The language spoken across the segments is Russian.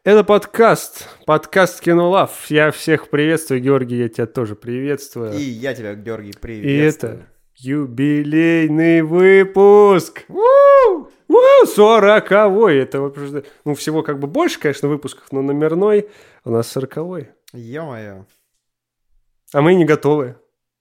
Это подкаст Кинолав. Я всех приветствую, Георгий, я тебя тоже приветствую. И я тебя, Георгий, приветствую. И это юбилейный выпуск. 40-й. Это вообще, всего как бы больше, конечно, выпусков, но номерной у нас 40-й. Ё-моё. А мы не готовы.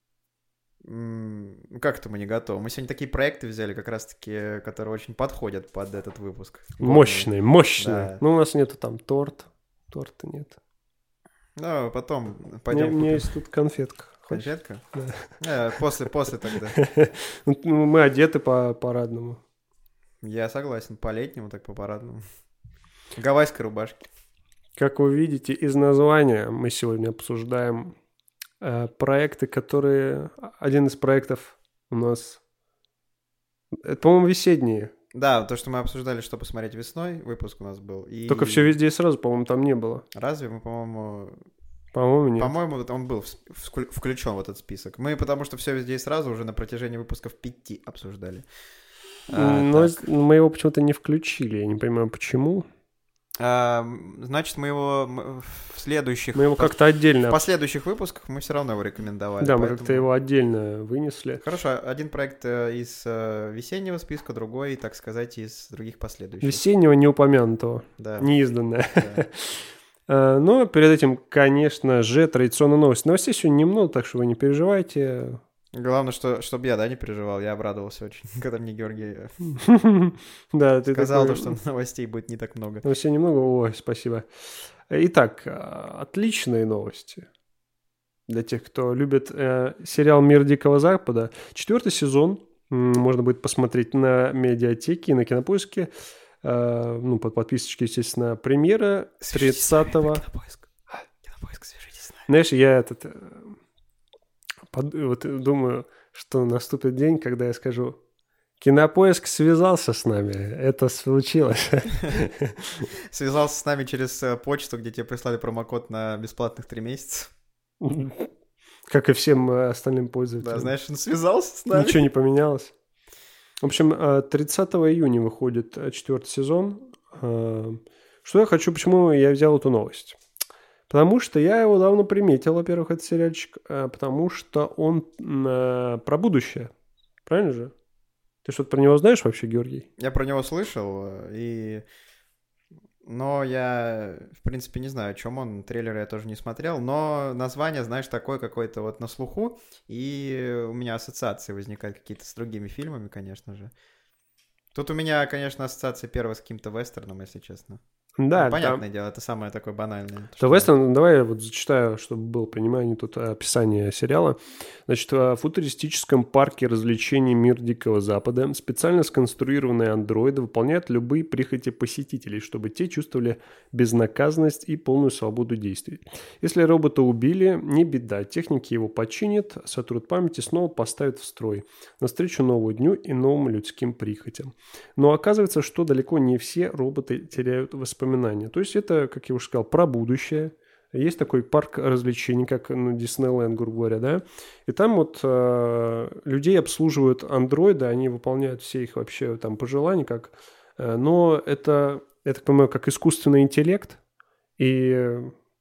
Как это мы не готовы? Мы сегодня такие проекты взяли, как раз-таки, которые очень подходят под этот выпуск. Мощные. Да. Ну, у нас нету там торта нет. Ну, потом пойдем. У меня есть тут конфетка. Конфетка? Да. После тогда. Мы одеты по-парадному. Я согласен, по-летнему, так по-парадному. Гавайской рубашки. Как вы видите из названия, мы сегодня обсуждаем проекты, которые... Один из проектов у нас... Это, по-моему, весенние. Да, то, что мы обсуждали, что посмотреть весной, выпуск у нас был. И... Только все везде и сразу, по-моему, там не было. Разве мы, по-моему... По-моему, нет. По-моему, он был включен в этот список. Мы, потому что все везде и сразу уже на протяжении выпусков 5 обсуждали. Но мы его почему-то не включили. Я не понимаю, почему. Значит, мы его в следующих... Мы его как-то отдельно... В последующих выпусках мы все равно его рекомендовали. Да, мы как-то его отдельно вынесли. Хорошо, один проект из весеннего списка, другой, так сказать, из других последующих. Весеннего неупомянутого, да. неизданное. Да. Но перед этим, конечно же, традиционная новость. Новостей сегодня немного, так что вы не переживайте. Главное, чтобы я, не переживал. Я обрадовался очень, когда мне Георгий сказал, что новостей будет не так много. Новостей немного? Ой, спасибо. Итак, отличные новости для тех, кто любит сериал «Мир Дикого Запада». 4-й сезон можно будет посмотреть на медиатеке и на Кинопоиске. Под подписочкой, естественно, премьера 30-го. Кинопоиск, свяжитесь с нами. Знаешь, я думаю, что наступит день, когда я скажу: Кинопоиск связался с нами. Это случилось. Связался с нами через почту, где тебе прислали промокод на бесплатных 3 месяца. Как и всем остальным пользователям. Да, знаешь, он связался с нами. Ничего не поменялось. В общем, 30 июня выходит 4-й сезон. Что я хочу, почему я взял эту новость? Потому что я его давно приметил, во-первых, этот сериальчик, потому что он про будущее. Правильно же? Ты что-то про него знаешь вообще, Георгий? Я про него слышал, но я, в принципе, не знаю, о чем он. Трейлеры я тоже не смотрел, но название, знаешь, такое какое-то вот на слуху, и у меня ассоциации возникают какие-то с другими фильмами, конечно же. Тут у меня, конечно, ассоциация первая с каким-то вестерном, если честно. Да, понятное дело, это самое такое банальное. То вестерн, давай я вот зачитаю, чтобы было понимание тут описание сериала. Значит, в футуристическом парке развлечений «Мир Дикого Запада» специально сконструированные андроиды выполняют любые прихоти посетителей, чтобы те чувствовали безнаказанность и полную свободу действий. Если робота убили, не беда, техники его починят, сотрут память и снова поставят в строй, навстречу новому дню и новым людским прихотям. Но оказывается, что далеко не все роботы теряют воспоминания. То есть это, как я уже сказал, про будущее. Есть такой парк развлечений, как Диснейленд, грубо говоря, да. И там вот людей обслуживают андроиды, они выполняют все их вообще там пожелания, но это, я так понимаю, как искусственный интеллект. И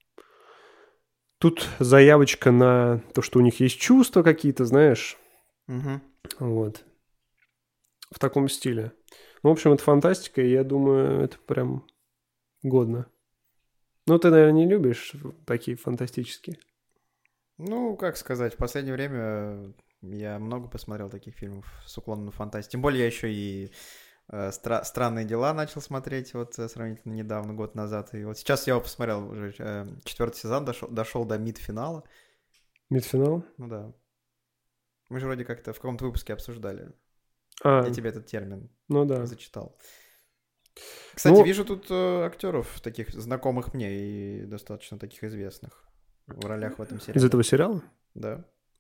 тут заявочка на то, что у них есть чувства какие-то, знаешь. Угу. Вот. В таком стиле. В общем, это фантастика, и я думаю, это прям годно. Ну, ты, наверное, не любишь такие фантастические? Ну, как сказать, в последнее время я много посмотрел таких фильмов с уклоном на фантастику. Тем более я еще и «Странные дела» начал смотреть вот сравнительно недавно, год назад. И вот сейчас я его посмотрел уже 4-й сезон, дошел до мид-финала. Мид-финал? Ну да. Мы же вроде как-то в каком-то выпуске обсуждали. Я тебе этот термин зачитал. Кстати, вижу тут актеров таких знакомых мне и достаточно таких известных в ролях в этом сериале. Из этого сериала? Да.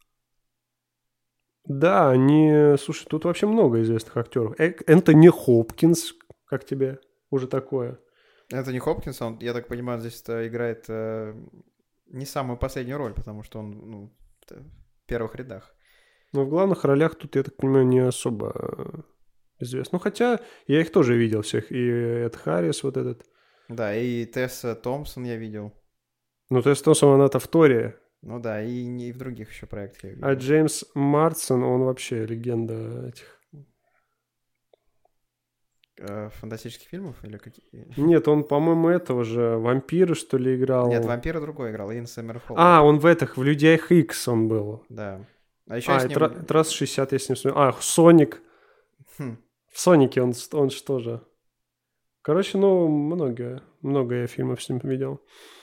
Да, слушай, тут вообще много известных актеров. Энтони Хопкинс, как тебе уже такое? Энтони Хопкинс, он, я так понимаю, здесь играет не самую последнюю роль, потому что он в первых рядах. Но в главных ролях тут, я так понимаю, не особо известно. Ну, хотя я их тоже видел всех. И Эд Харрис вот этот. Да, и Тесса Томпсон я видел. Ну, то есть Томпсон, она-то в Торе. Ну да, и в других еще проектах я А видел. Джеймс Марсон, он вообще легенда этих... Фантастических фильмов или какие? Нет, он, по-моему, этого же вампира, что ли, играл. Нет, вампира другой играл, Иэн Сомерхолд. А, он в этих, в Людях Икс он был. Да. А еще я с это ним... раз 60 я с ним смотрел. А, Соник. Хм. В Сонике он что же? Короче, ну, много я фильмов с ним видел.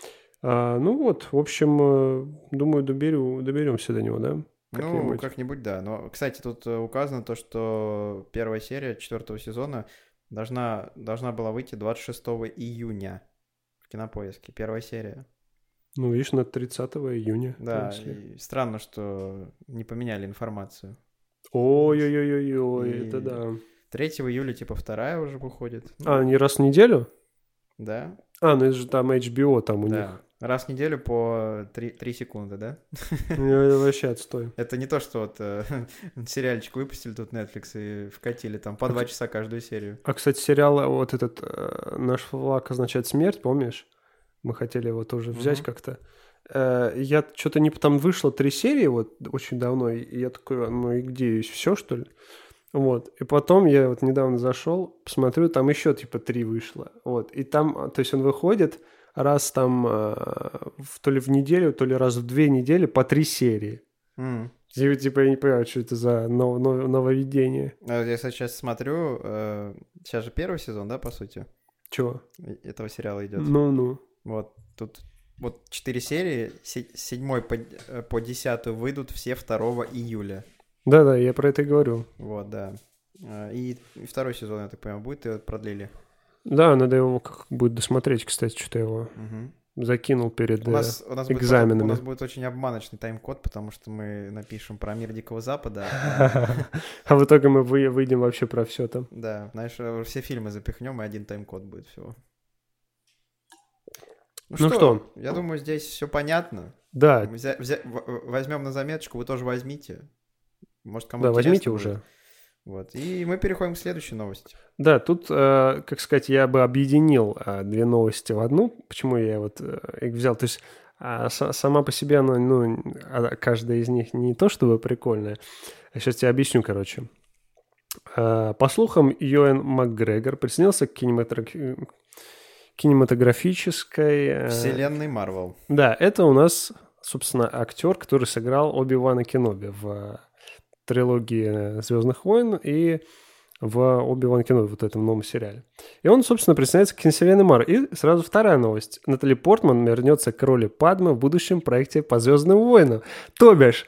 Ну вот, в общем, думаю, доберемся до него, да? Ну, как-нибудь, да. Но, кстати, тут указано то, что первая серия 4-го сезона должна была выйти 26 июня в Кинопоиске. Первая серия. Ну, видишь, на 30 июня. Да, и странно, что не поменяли информацию. Ой-ой-ой-ой, И это да. 3 июля, типа, вторая уже выходит. Не раз в неделю? Да. Ну это же там HBO там у Да. них. Раз в неделю по 3 секунды, да? Ну, это вообще отстой. Это не то, что вот сериальчик выпустили тут Netflix и вкатили там по 2 часа каждую серию. Кстати, сериал вот этот «Наш флаг означает смерть», помнишь? Мы хотели его тоже взять как-то. Я что-то не... Там вышло 3 серии вот очень давно, и я такой, ну и где есть все, что ли? Вот. И потом я вот недавно зашел, посмотрю, там еще типа 3 вышло. Вот. И там, то есть он выходит раз там то ли в неделю, то ли раз в 2 недели по 3 серии. Типа я не понимаю, что это за нововведение. Я сейчас смотрю, сейчас же первый сезон, да, по сути? Чего? Этого сериала идет. Ну. Вот, тут вот 4 серии, с 7 по 10 выйдут все 2 июля. Да, я про это и говорю. Вот, да. И второй сезон, я так понимаю, будет, и продлили. Да, надо его как будет досмотреть, кстати, что-то его закинул перед экзаменами. У нас будет очень обманочный тайм-код, потому что мы напишем про мир Дикого Запада. А в итоге мы выйдем вообще про все там. Да, знаешь, все фильмы запихнем, и один тайм-код будет всего. Ну что? Я думаю, здесь все понятно. Да. Возьмем на заметочку, вы тоже возьмите. Может, кому-то интересно. Да, возьмите будет. уже. Вот. И мы переходим к следующей новости. Да, тут, как сказать, я бы объединил 2 новости в одну. Почему я вот их взял? То есть сама по себе она, каждая из них не то чтобы прикольная. Сейчас тебе объясню, короче. По слухам, Юэн Макгрегор присоединился к кинематографической... Вселенной Марвел. Да, это у нас, собственно, актер, который сыграл Оби-Вана Кеноби в трилогии «Звездных войн» и в «Оби-Ван Кеноби», вот этом новом сериале. И он, собственно, присоединяется к киновселенной Марвел. И сразу вторая новость. Натали Портман вернется к роли Падмы в будущем проекте по «Звездным войнам». То бишь,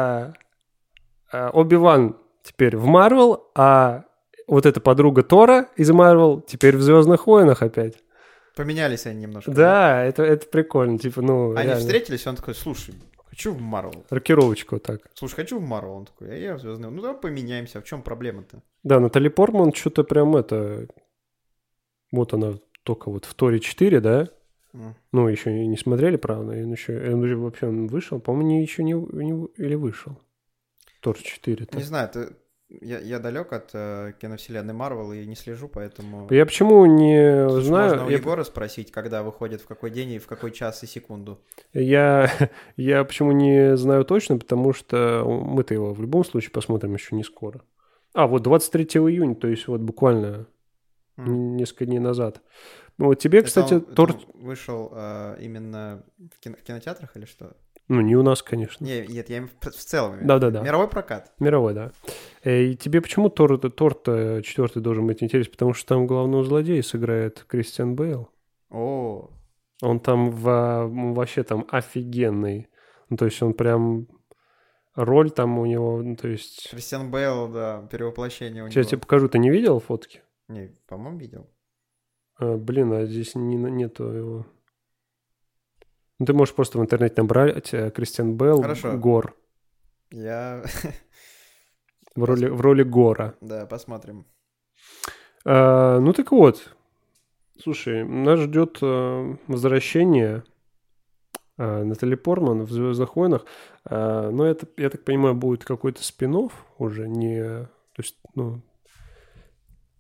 Оби-Ван теперь в Марвел, а вот эта подруга Тора из Марвел теперь в «Звездных войнах» опять. Поменялись они немножко. Да, это прикольно. Типа, они реально встретились, он такой, слушай, хочу в Марвел. Рокировочку так. Слушай, хочу в Марвел. Он такой, я в Звездные. Ну, давай поменяемся. В чем проблема-то? Да, Натали Портман что-то прям это... Вот она только вот в Торе 4, да? Ну, еще не смотрели, правда. Он вообще вышел. По-моему, еще не или вышел. Тор 4. Не знаю, я далек от киновселенной Марвел и не слежу, поэтому... Я почему не знаю... Можно у Егора спросить, когда выходит, в какой день и в какой час и секунду. Я почему не знаю точно, потому что мы-то его в любом случае посмотрим еще не скоро. Вот 23 июня, то есть вот буквально несколько дней назад. Вот тебе, кстати, Тор... вышел именно в кинотеатрах или что? Ну, не у нас, конечно. Нет, я в целом. Да. Мировой прокат. Мировой, да. И тебе почему Торт 4 должен быть интересен? Потому что там главного злодея сыграет Кристиан Бейл. О. Он там вообще там офигенный. Ну, то есть он прям... Роль там у него, ну, то есть... Кристиан Бейл, да, перевоплощение у него. Сейчас я тебе покажу. Ты не видел фотки? Не, по-моему, видел. Блин, здесь нету его... Ну, ты можешь просто в интернете набрать Кристиан Бейл. Хорошо. Гор. Я... В роли Гора. Да, посмотрим. Ну, так вот. Слушай, нас ждет возвращение Натали Портман в «Звездных войнах». Но это, я так понимаю, будет какой-то спин-офф уже, не... То есть, ну...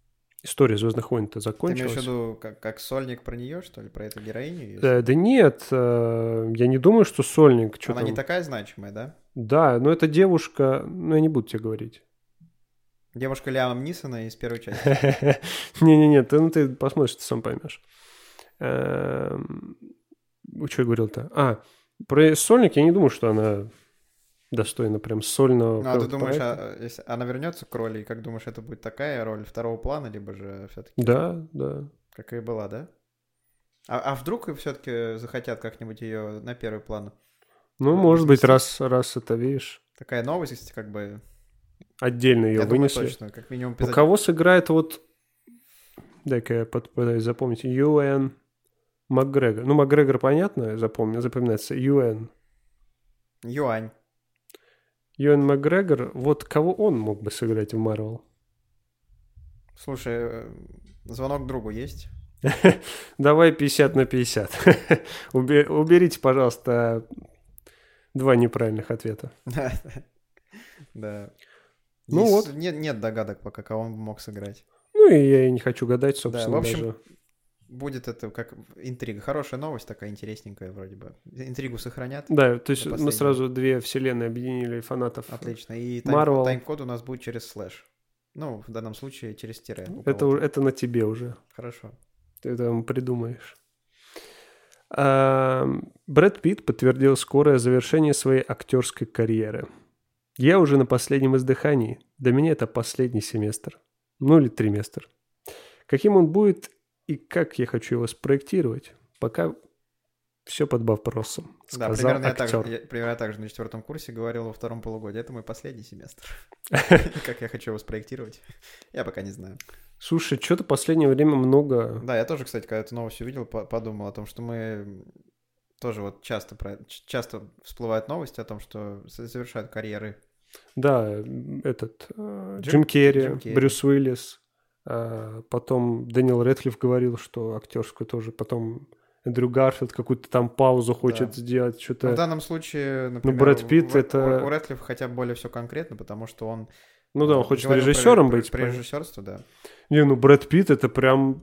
История «Звездных войн»-то Ты имеешь в закончилась. виду, как сольник про нее, что ли, про эту героиню? Да нет, я не думаю, что сольник. Что Она не там? такая значимая, да? Да, но это девушка, ну я не буду тебе говорить. Девушка Лиама Нисона из первой части. Не-не-не, ты посмотришь, ты сам поймешь. Что я говорил-то? Про сольник я не думаю, что она достойна прям сольного Ну, а ты какого-то думаешь, проекта. если она вернется к роли, и как думаешь, это будет такая роль второго плана, либо же все-таки Да, да. как и была, да? А вдруг все-таки захотят как-нибудь ее на первый план Ну, может быть, разместить? раз это, видишь, Такая новость, как бы, отдельно ее я думаю, вынесли. точно, как минимум Ну, кого сыграет вот, дай-ка я попытаюсь запомнить, Юэн Макгрегор. Ну, Макгрегор, понятно, запоминается. Юань. Юэн Макгрегор, вот кого он мог бы сыграть в Марвел? Слушай, звонок другу есть? Давай 50 на 50. Уберите, пожалуйста, 2 неправильных ответа. Да. Ну вот. Нет догадок пока, кого он мог сыграть. Ну и я и не хочу гадать, Да, собственно, в общем, даже. будет это как интрига. Хорошая новость такая, интересненькая вроде бы. Интригу сохранят. Да, то есть до мы последнего. сразу две вселенные объединили фанатов. Отлично. И Marvel. тайм-код у нас будет через слэш. Ну, в данном случае через тире. Это на тебе уже. Хорошо. Ты там придумаешь. Брэд Питт подтвердил скорое завершение своей актерской карьеры. Я уже на последнем издыхании. Для меня это последний семестр. Ну или триместр. Каким он будет и как я хочу его спроектировать, пока все под вопросом, Да, сказал примерно актер. я также на 4 курсе говорил во втором полугодии. Это мой последний семестр. Как я хочу его спроектировать, я пока не знаю. Слушай, что-то в последнее время много... Да, я тоже, кстати, когда эту новость увидел, подумал о том, что мы тоже вот часто всплывают новости о том, что завершают карьеры. Да, Джим Керри, Керри. Брюс Уиллис, потом Дэниел Рэдклифф говорил, что актерскую тоже, потом Эндрю Гарфилд какую-то там паузу хочет сделать, что-то... Но в данном случае, например, Брэд Питт у это... Рэдклиффа хотя бы более все конкретно, потому что он... Ну да, он хочет режиссером быть. Про режиссерство, да. Не, ну Брэд Питт это прям...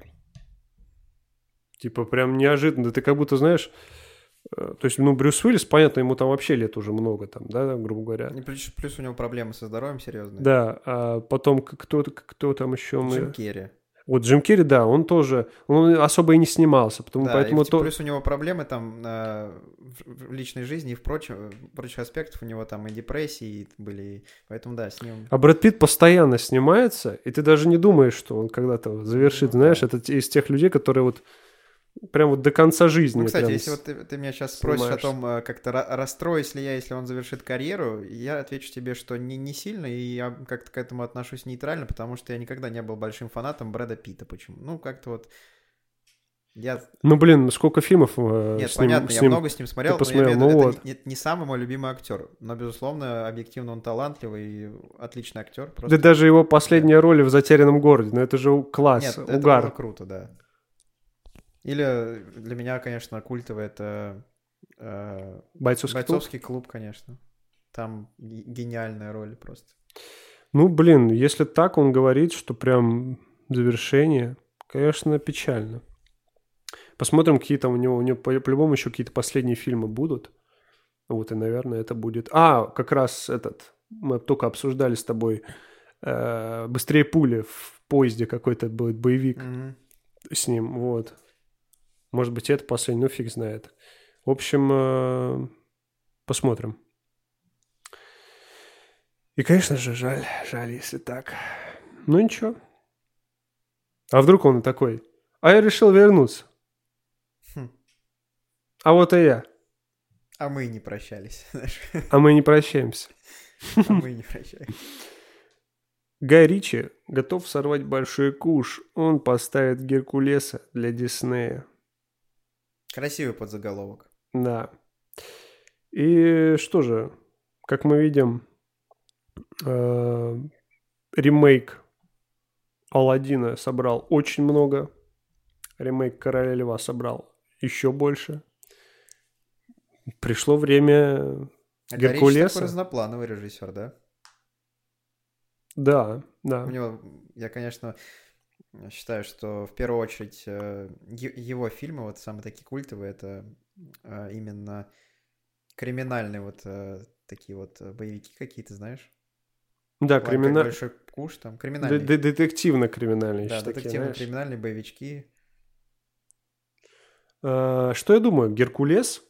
Типа прям неожиданно. Ты как будто, знаешь... То есть, ну, Брюс Уиллис, понятно, ему там вообще лет уже много, там, да, грубо говоря. И плюс у него проблемы со здоровьем серьезные. Да, а потом кто там еще... Джим Керри. Вот Джим Керри, да, он тоже, он особо и не снимался, поэтому... И плюс у него проблемы там в личной жизни и в прочих аспектах, у него там и депрессии были, поэтому да, с ним... А Брэд Питт постоянно снимается, и ты даже не думаешь, что он когда-то завершит, знаешь, это из тех людей, которые вот прям вот до конца жизни. Ну, кстати, если вот ты меня сейчас спросишь о том, как-то расстроюсь ли я, если он завершит карьеру, я отвечу тебе, что не сильно, и я как-то к этому отношусь нейтрально, потому что я никогда не был большим фанатом Брэда Питта. Почему? Ну, как-то вот... Ну, блин, сколько фильмов Нет, понятно, я много с ним смотрел, но я имею в виду, это не самый мой любимый актер. Но, безусловно, объективно он талантливый и отличный актер. Да даже его последняя роль в «Затерянном городе», ну это же класс, Нет, угар. Это было круто, да. Или для меня, конечно, культовый это «Бойцовский клуб», конечно. Там гениальная роль просто. Ну, блин, если так он говорит, что прям завершение, конечно, печально. Посмотрим, какие там у него по-любому еще какие-то последние фильмы будут. Вот, и, наверное, это будет... как раз мы только обсуждали с тобой «Быстрее пули» в поезде какой-то будет боевик с ним, вот. Может быть, это последний, ну фиг знает. В общем, посмотрим. И, конечно же, жаль, если так. Ну ничего. А вдруг он такой? А я решил вернуться. А вот и я. А мы не прощались. А мы не прощаемся. А мы не прощаемся. Гай Ричи готов сорвать большой куш. Он поставит Геркулеса для Диснея. Красивый подзаголовок. Да. И что же, как мы видим, ремейк Аладдина собрал очень много. Ремейк Короля Льва собрал еще больше. Пришло время Геркулеса. Такой разноплановый режиссер, да? Да. У него, я, конечно, Я считаю, что в первую очередь его фильмы, вот самые такие культовые, это именно криминальные вот такие вот боевики какие-то, знаешь? Да, План как большой куш, там, криминальный. детективно-криминальные Да, еще такие, знаешь. детективно-криминальные боевички. Что я думаю? «Геркулес».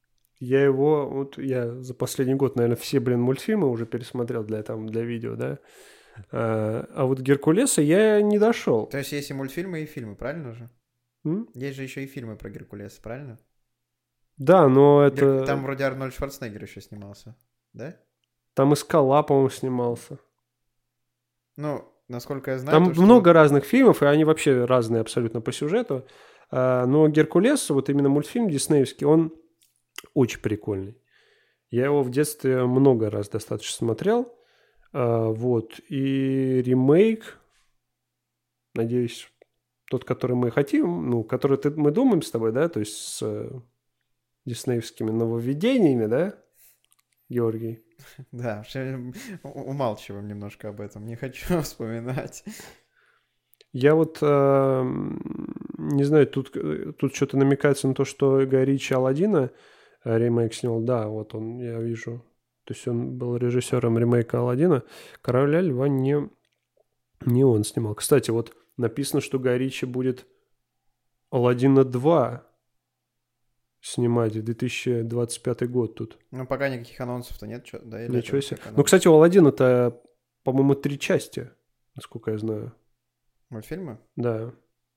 Я за последний год, наверное, все, мультфильмы уже пересмотрел для видео, да. А вот «Геркулеса» я не дошел. То есть есть и мультфильмы, и фильмы, правильно же? М? Есть же еще и фильмы про Геркулеса, правильно? Да, но это... Там вроде Арнольд Шварценеггер еще снимался, да? Там и «Скала», по-моему, снимался. Ну, насколько я знаю, Там то, что много разных фильмов, и они вообще разные абсолютно по сюжету. Но «Геркулес», вот именно мультфильм диснеевский, он очень прикольный. Я его в детстве много раз достаточно смотрел. Вот. И ремейк, надеюсь, тот, который мы хотим, ну, который мы думаем с тобой, да, то есть с диснеевскими нововведениями, да, Георгий? да, вообще умалчиваем немножко об этом, не хочу вспоминать. Я вот не знаю, тут что-то намекается на то, что Гай Ричи «Аладдина» ремейк снял. Да, вот он, я вижу. То есть он был режиссером ремейка «Аладдина». «Короля льва» не он снимал. Кстати, вот написано, что Гай Ричи будет «Аладдина 2» снимать в 2025 год тут. Ну, пока никаких анонсов-то нет, да, или Ничего это себе. как Ну, анонс? кстати, у «Аладдина»-то, по-моему, 3 части, насколько я знаю. Мультфильмы? Да.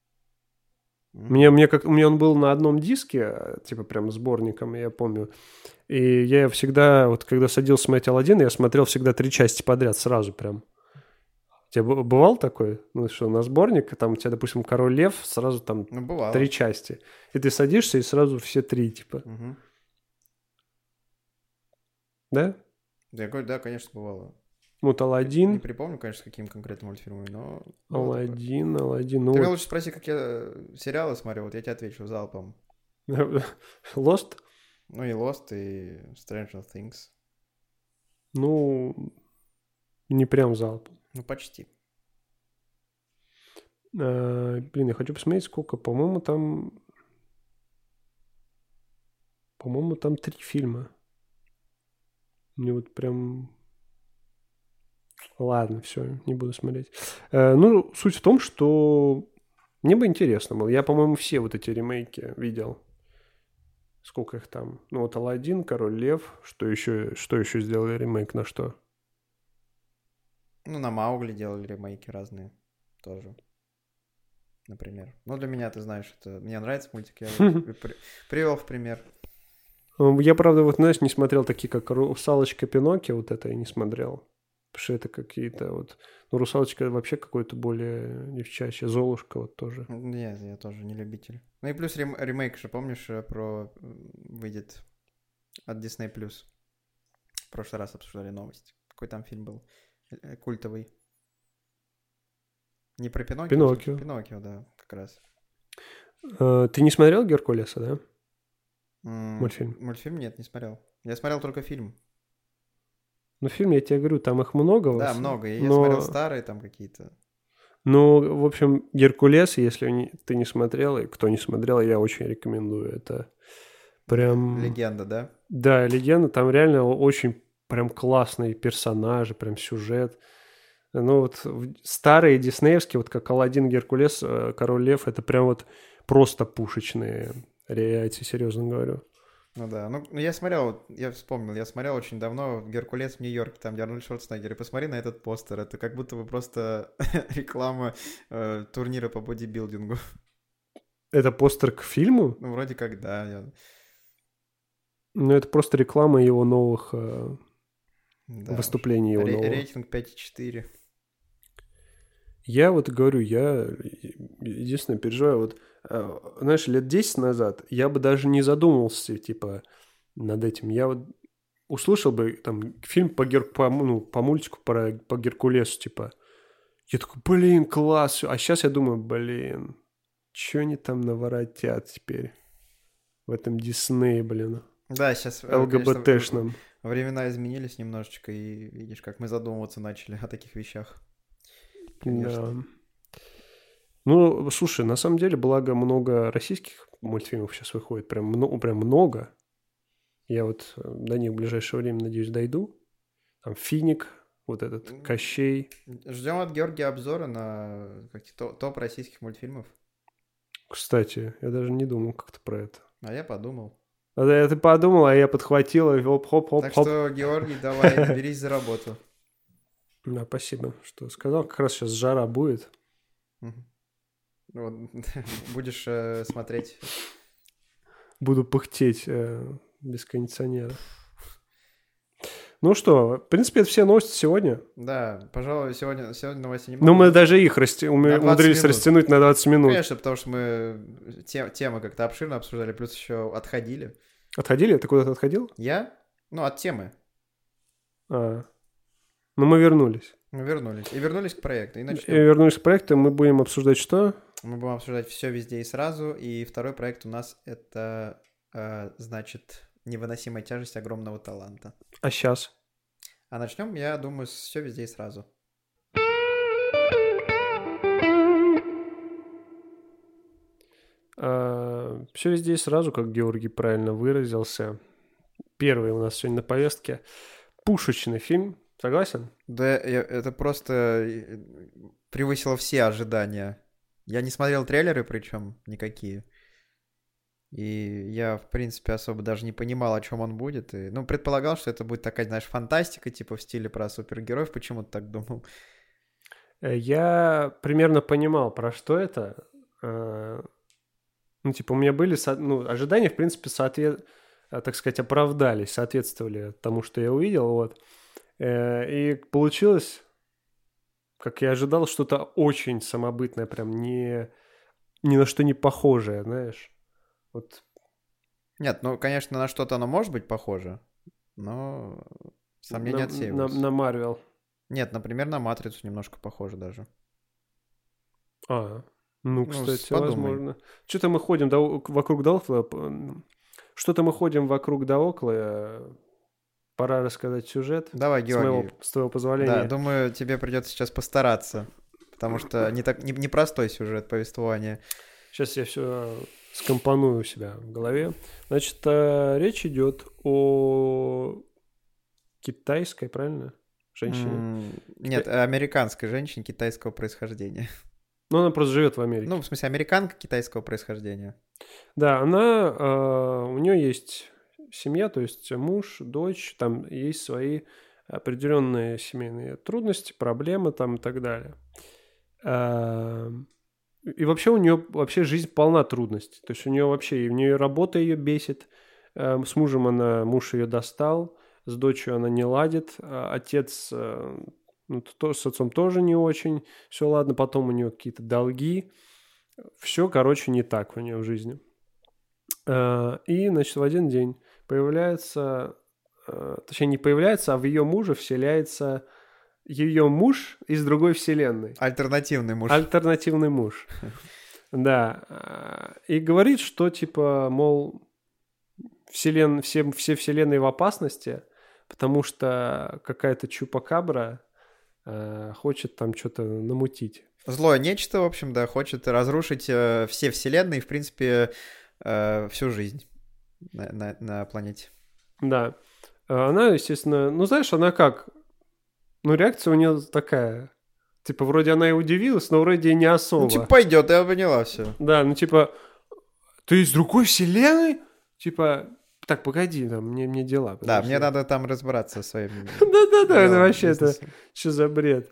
Мне он был на одном диске, типа прям сборником, я помню. И я всегда, вот когда садился смотреть «Аладдин», я смотрел всегда 3 части подряд, сразу прям. У тебя бывал такой? Ну что, на сборник, там у тебя, допустим, «Король лев», сразу там Ну, бывало. 3 части. И ты садишься, и сразу все 3, типа. Угу. Да? Да, да, конечно, бывало. Вот Не «Аладдин», припомню, конечно, с каким конкретным мультфильмом, но было такое. «Аладдин», ну Ты меня вот. лучше спроси, как я сериалы смотрю, вот я тебе отвечу залпом. «Лост»? Ну и Lost, и Stranger Things. Ну, не прям залпом. Ну, почти. Блин, я хочу посмотреть, сколько. По-моему, там 3 фильма. Мне вот прям... Ладно, все, не буду смотреть. Ну, суть в том, что мне бы интересно было. Я, по-моему, все вот эти ремейки видел. Сколько их там? Ну, вот «Аладдин», «Король лев». Что еще сделали ремейк на что? Ну, на Маугли делали ремейки разные тоже, например. Ну, для меня, ты знаешь, это... Мне нравится мультик, я вот привел в пример. Я, правда, вот, знаешь, не смотрел такие, как «Русалочка», «Пиноккио», вот это я не смотрел. Потому что это какие-то вот... Ну, «Русалочка» вообще какой-то более девчачья. «Золушка» вот тоже. Нет, я тоже не любитель. Ну и плюс ремейк же, помнишь, выйдет от Disney+. В прошлый раз обсуждали новость. Какой там фильм был? Культовый. Не про Пиноккио? «Пиноккио». Пиноккио, да, как раз. Ты не смотрел «Геркулеса», да? Мультфильм. Мультфильм нет, не смотрел. Я смотрел только фильм. Ну, фильм, я тебе говорю, там их много. Да, много. И я смотрел старые там какие-то. Ну, в общем, «Геркулес», если ты не смотрел, и кто не смотрел, я очень рекомендую. Это прям... Легенда, да? Да, легенда. Там реально очень прям классные персонажи, прям сюжет. Ну, вот старые диснеевские, вот как «Аладдин», «Геркулес», «Король лев», это прям вот просто пушечные. Я тебе серьезно говорю. Ну да, ну я смотрел, я вспомнил, я смотрел очень давно «Геркулес в Нью-Йорке», там, где Арнольд Шварценеггер, и посмотри на этот постер, это как будто бы просто реклама турнира по бодибилдингу. Это постер к фильму? Ну, вроде как, да. Ну, это просто реклама его новых Да выступлений его нового. Рейтинг 5,4. Я вот говорю, я единственное переживаю, вот, знаешь, лет 10 назад я бы даже не задумывался, типа, над этим. Я вот услышал бы там фильм по мультику по Геркулесу, типа. Я такой, блин, класс. А сейчас я думаю, блин, что они там наворотят теперь в этом Диснее, блин. Да, сейчас, ЛГБТшном. конечно, времена изменились немножечко, и видишь, как мы задумываться начали о таких вещах. Конечно. Да. Ну, слушай, на самом деле, благо много российских мультфильмов сейчас выходит, прям много. Я вот до них в ближайшее время, надеюсь, дойду. Там Финик, вот этот Кощей. Ждем от Георгия обзора на топ российских мультфильмов. Кстати, я даже не думал как-то про это. А я подумал. А ты подумал, а я подхватил и хоп-хоп-хоп. Так что, Георгий, давай, берись за работу. Да, спасибо, что сказал. Как раз сейчас жара будет. Вот, будешь смотреть. Буду пыхтеть без кондиционера. Ну что, в принципе, это все новости сегодня. Да, пожалуй, сегодня новостей немного. Но мы даже их умудрились растянуть на 20 минут. Конечно, потому что мы темы как-то обширно обсуждали, плюс еще отходили. Отходили? Ты куда-то отходил? Я? Ну, от темы. Ну, мы вернулись. Мы вернулись. И вернулись к проекту. И начнем. И вернулись к проекту. Мы будем обсуждать что? Мы будем обсуждать все везде и сразу. И второй проект у нас это, значит, невыносимая тяжесть огромного таланта. А сейчас? А начнем, я думаю, с все везде и сразу. Все везде и сразу, как Георгий правильно выразился. Первый у нас сегодня на повестке. Пушечный фильм. Согласен? Да, это просто превысило все ожидания. Я не смотрел трейлеры, причем никакие. И я, в принципе, особо даже не понимал, о чем он будет. И, ну, предполагал, что это будет такая, знаешь, фантастика, типа в стиле про супергероев. Почему-то так думал. Я примерно понимал, про что это. Ну, типа, у меня были ожидания, в принципе, так сказать, оправдались, соответствовали тому, что я увидел. Вот. И получилось, как я ожидал, что-то очень самобытное, прям ни на что не похожее, знаешь. Вот. Нет, ну, конечно, на что-то оно может быть похоже, но сомнения отсеиваются. На Марвел. Нет, например, на Матрицу немножко похоже даже. Ну, кстати, возможно. Что-то мы ходим вокруг да около. Что-то мы ходим вокруг да около. Пора рассказать сюжет. Давай, Георгий. С твоего позволения. Да, думаю, тебе придется сейчас постараться, потому что непростой сюжет повествования. Сейчас я все скомпоную у себя в голове. Значит, речь идет о китайской, правильно, женщине? Нет, американской женщине китайского происхождения. Ну, она просто живет в Америке. Ну, в смысле, американка китайского происхождения. Да, у нее есть семья, то есть муж, дочь, там есть свои определенные семейные трудности, проблемы там и так далее. И вообще у нее жизнь полна трудностей. То есть у нее работа ее бесит. С мужем муж ее достал, с дочерью она не ладит, отец с отцом тоже не очень. Все ладно, потом у нее какие-то долги. Все, короче, не так у нее в жизни. И, значит, в один день появляется, точнее, не появляется, а в ее мужа вселяется ее муж из другой вселенной. Альтернативный муж. Альтернативный муж. Да. И говорит, что, типа, мол, все вселенные в опасности, потому что какая-то чупакабра хочет там что-то намутить. Злое нечто, в общем, да, хочет разрушить все вселенные и, в принципе, всю жизнь на планете. Да. Она, естественно, ну, знаешь, она как... Ну, реакция у нее такая. Типа, вроде она и удивилась, но вроде и не особо. Ну, типа, пойдет, я поняла все. Да, ну, типа, ты из другой вселенной? Типа, так, погоди, там, мне дела. Да, мне надо там разбираться со своим... Да-да-да, это вообще, это что за бред?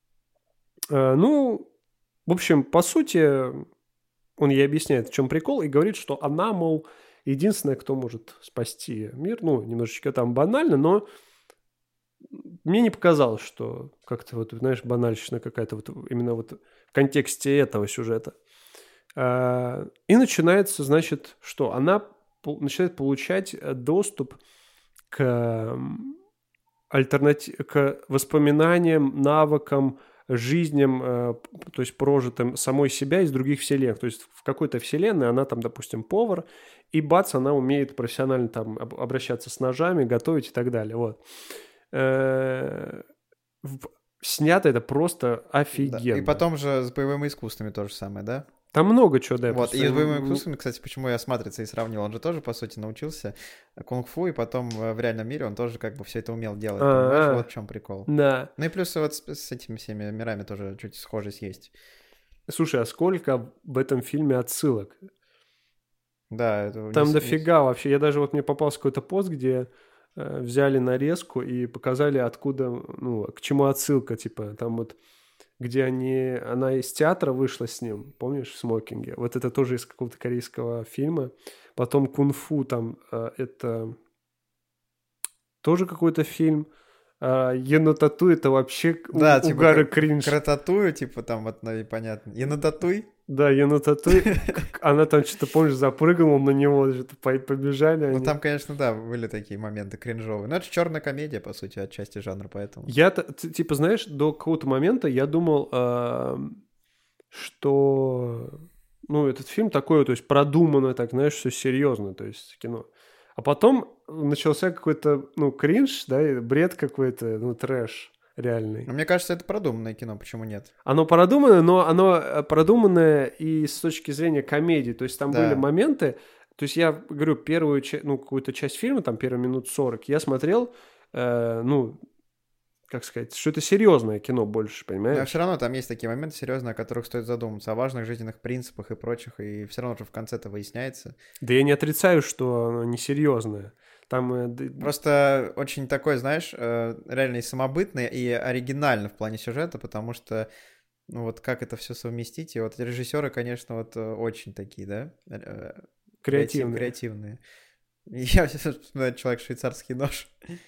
Ну, в общем, по сути, он ей объясняет, в чем прикол, и говорит, что она, мол, единственная, кто может спасти мир. Ну, немножечко там банально, но мне не показалось, что как-то вот, знаешь, банальщина какая-то вот именно вот в контексте этого сюжета. И начинается, значит, что она начинает получать доступ к к воспоминаниям, навыкам, жизням, то есть прожитым самой себя из других вселенных. То есть в какой-то вселенной она там, допустим, повар, и бац, она умеет профессионально там обращаться с ножами, готовить и так далее. Вот. снято это просто Да. офигенно. И потом же с боевыми искусствами то же самое, да? Там много чего, да. Вот, просто и с боевыми искусствами, кстати, почему я с «Матрицей» сравнил, он же тоже, по сути, научился кунг-фу, и потом в реальном мире он тоже как бы все это умел делать, понимаешь? Вот в чем прикол. Да. Ну и плюс вот с этими всеми мирами тоже чуть схожесть есть. Слушай, а сколько в этом фильме отсылок? Да, это Там дофига вообще. Я даже вот мне попался какой-то пост, где взяли нарезку и показали, откуда, ну, к чему отсылка, типа, там вот, где она из театра вышла с ним, помнишь, в смокинге? Вот это тоже из какого-то корейского фильма. Потом кунг-фу, там, это тоже какой-то фильм. Енотатуй это вообще да, типа угар и кринж. Крататую, типа там вот, ну, понятно. Енотатуй? Да, Енотатуй, она там что-то, помнишь, запрыгнула на него, что-то побежали Ну они. там, конечно, да, были такие моменты кринжовые. Но это черная комедия, по сути, отчасти жанра, поэтому. Я, типа, знаешь, до какого-то момента я думал, что, ну, этот фильм такой, то есть продуманно, так, знаешь, все серьезно, то есть кино. А потом начался какой-то, ну, кринж, да, и бред какой-то, ну, трэш реальный. Но мне кажется, это продуманное кино, почему нет? Оно продуманное, но оно продуманное и с точки зрения комедии. То есть там Да. были моменты, то есть я говорю, первую, ну, какую-то часть фильма, там первые минут 40, я смотрел, ну, как сказать, что это серьезное кино больше, Но понимаешь? все равно там есть такие моменты серьезные, о которых стоит задуматься, о важных жизненных принципах и прочих, и все равно же в конце это выясняется. Да я не отрицаю, что оно несерьезное. Там... Просто очень такой, знаешь, реально и самобытный, и оригинально в плане сюжета, потому что, ну вот как это все совместить, и вот режиссеры, конечно, вот очень такие, да, креативные. И я вспоминаю «Человек швейцарский нож».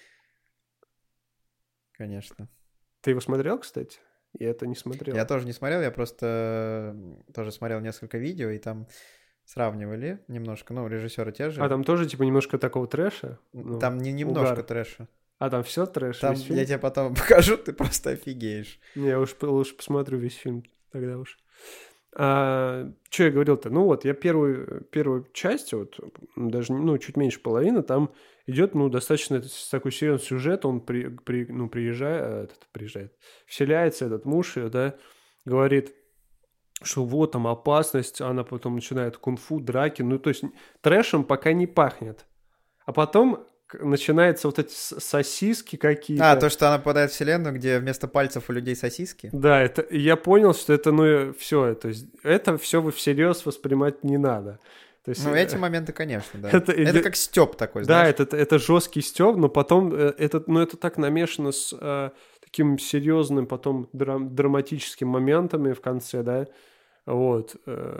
Конечно. Ты его смотрел, кстати? Я это не смотрел. Я тоже не смотрел, я просто тоже смотрел несколько видео, и там сравнивали немножко, ну, режиссеры те же. А там тоже, типа, немножко такого трэша? Ну, там не немножко угар. Трэша. А там все трэш? Там весь фильм? я тебе потом покажу, ты просто офигеешь. Не, я уж лучше посмотрю весь фильм тогда уж. Что я говорил-то? Ну вот, я первую часть, вот, даже, ну, чуть меньше половины, там идет, ну, достаточно такой серьезный сюжет, он приезжает, вселяется этот муж, и, да, говорит, что вот там опасность, она потом начинает кунг-фу, драки, ну, то есть трэшем пока не пахнет. А потом начинаются вот эти сосиски какие-то. То, что она попадает в вселенную, где вместо пальцев у людей сосиски? Да, это я понял, что это, ну, все, то есть это все всерьез воспринимать не надо. То есть, ну, эти моменты, конечно, да. Это как стёб такой, да, знаешь? это жесткий стёб, но потом это так намешано с таким серьезным потом драматическим моментами в конце, да, вот.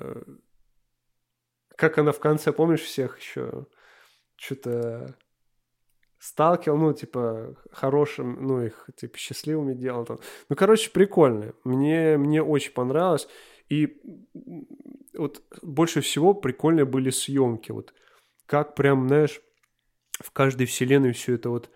Как она в конце, помнишь, всех еще что-то сталкивал, ну, типа, хорошим, ну, их, типа, счастливыми делал там. Ну, короче, прикольно. Мне очень понравилось. И вот больше всего прикольные были съемки. Вот как прям, знаешь, в каждой вселенной все это вот,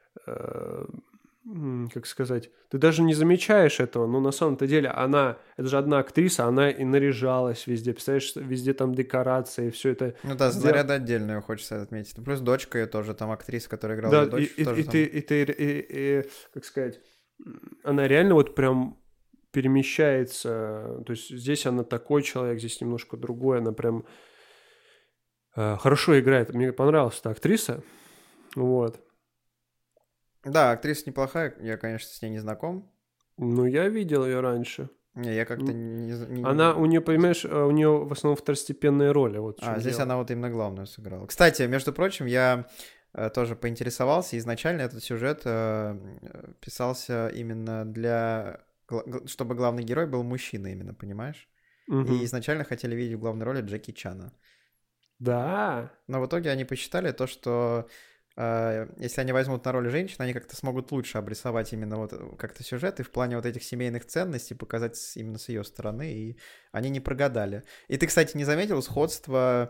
как сказать, ты даже не замечаешь этого, но на самом-то деле это же одна актриса, она и наряжалась везде, представляешь, везде там декорации, все это. Ну да, заряда отдельную хочется отметить. Плюс дочка ее тоже, там актриса, которая играла да, дочь. И, как сказать, она реально вот прям перемещается, то есть здесь она такой человек, здесь немножко другой, она прям хорошо играет. Мне понравилась эта актриса, вот. Да, актриса неплохая, я, конечно, с ней не знаком. Ну, я видел ее раньше. Не, я как-то не... Она, у нее, понимаешь, у нее в основном второстепенные роли. Вот здесь она вот именно главную сыграла. Кстати, между прочим, я тоже поинтересовался, изначально этот сюжет писался именно чтобы главный герой был мужчина именно, понимаешь? Угу. И изначально хотели видеть в главной роли Джеки Чана. Да. Но в итоге они посчитали то, что если они возьмут на роль женщин, они как-то смогут лучше обрисовать именно вот как-то сюжет и в плане вот этих семейных ценностей показать именно с ее стороны, и они не прогадали. И ты, кстати, не заметил сходство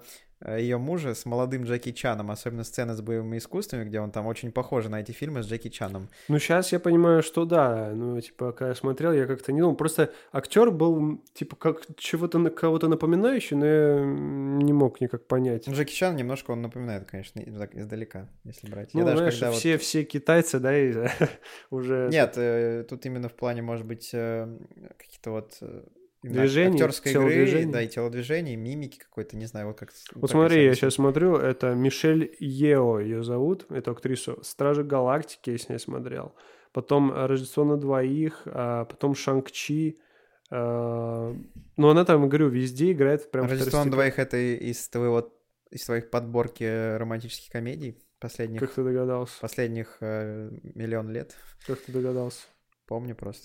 ее мужа с молодым Джеки Чаном, особенно сцены с боевыми искусствами, где он там очень похож на эти фильмы с Джеки Чаном. Ну, сейчас я понимаю, что да. Ну, типа, когда я смотрел, я как-то не думал. Просто актер был, типа, как чего-то на кого-то напоминающий, но я не мог никак понять. Джеки Чан немножко он напоминает, конечно, издалека, если брать. Ну, Я даже знаешь, когда все китайцы, да, и уже... Нет, тут именно в плане, может быть, какие-то вот движений, актерской игры, телодвижений. да, и телодвижений, мимики какой-то, не знаю, вот как... Вот смотри, я сейчас смотрю, это Мишель Ео ее зовут, эту актрису. «Стражи Галактики» я с ней смотрел. Потом «Рождество на двоих», потом «Шанг-Чи». Ну, она там, говорю, везде играет прям «Рождество на двоих» — это из твоих подборки романтических комедий последних... Как ты догадался? Последних миллион лет. Как ты догадался? Помню просто.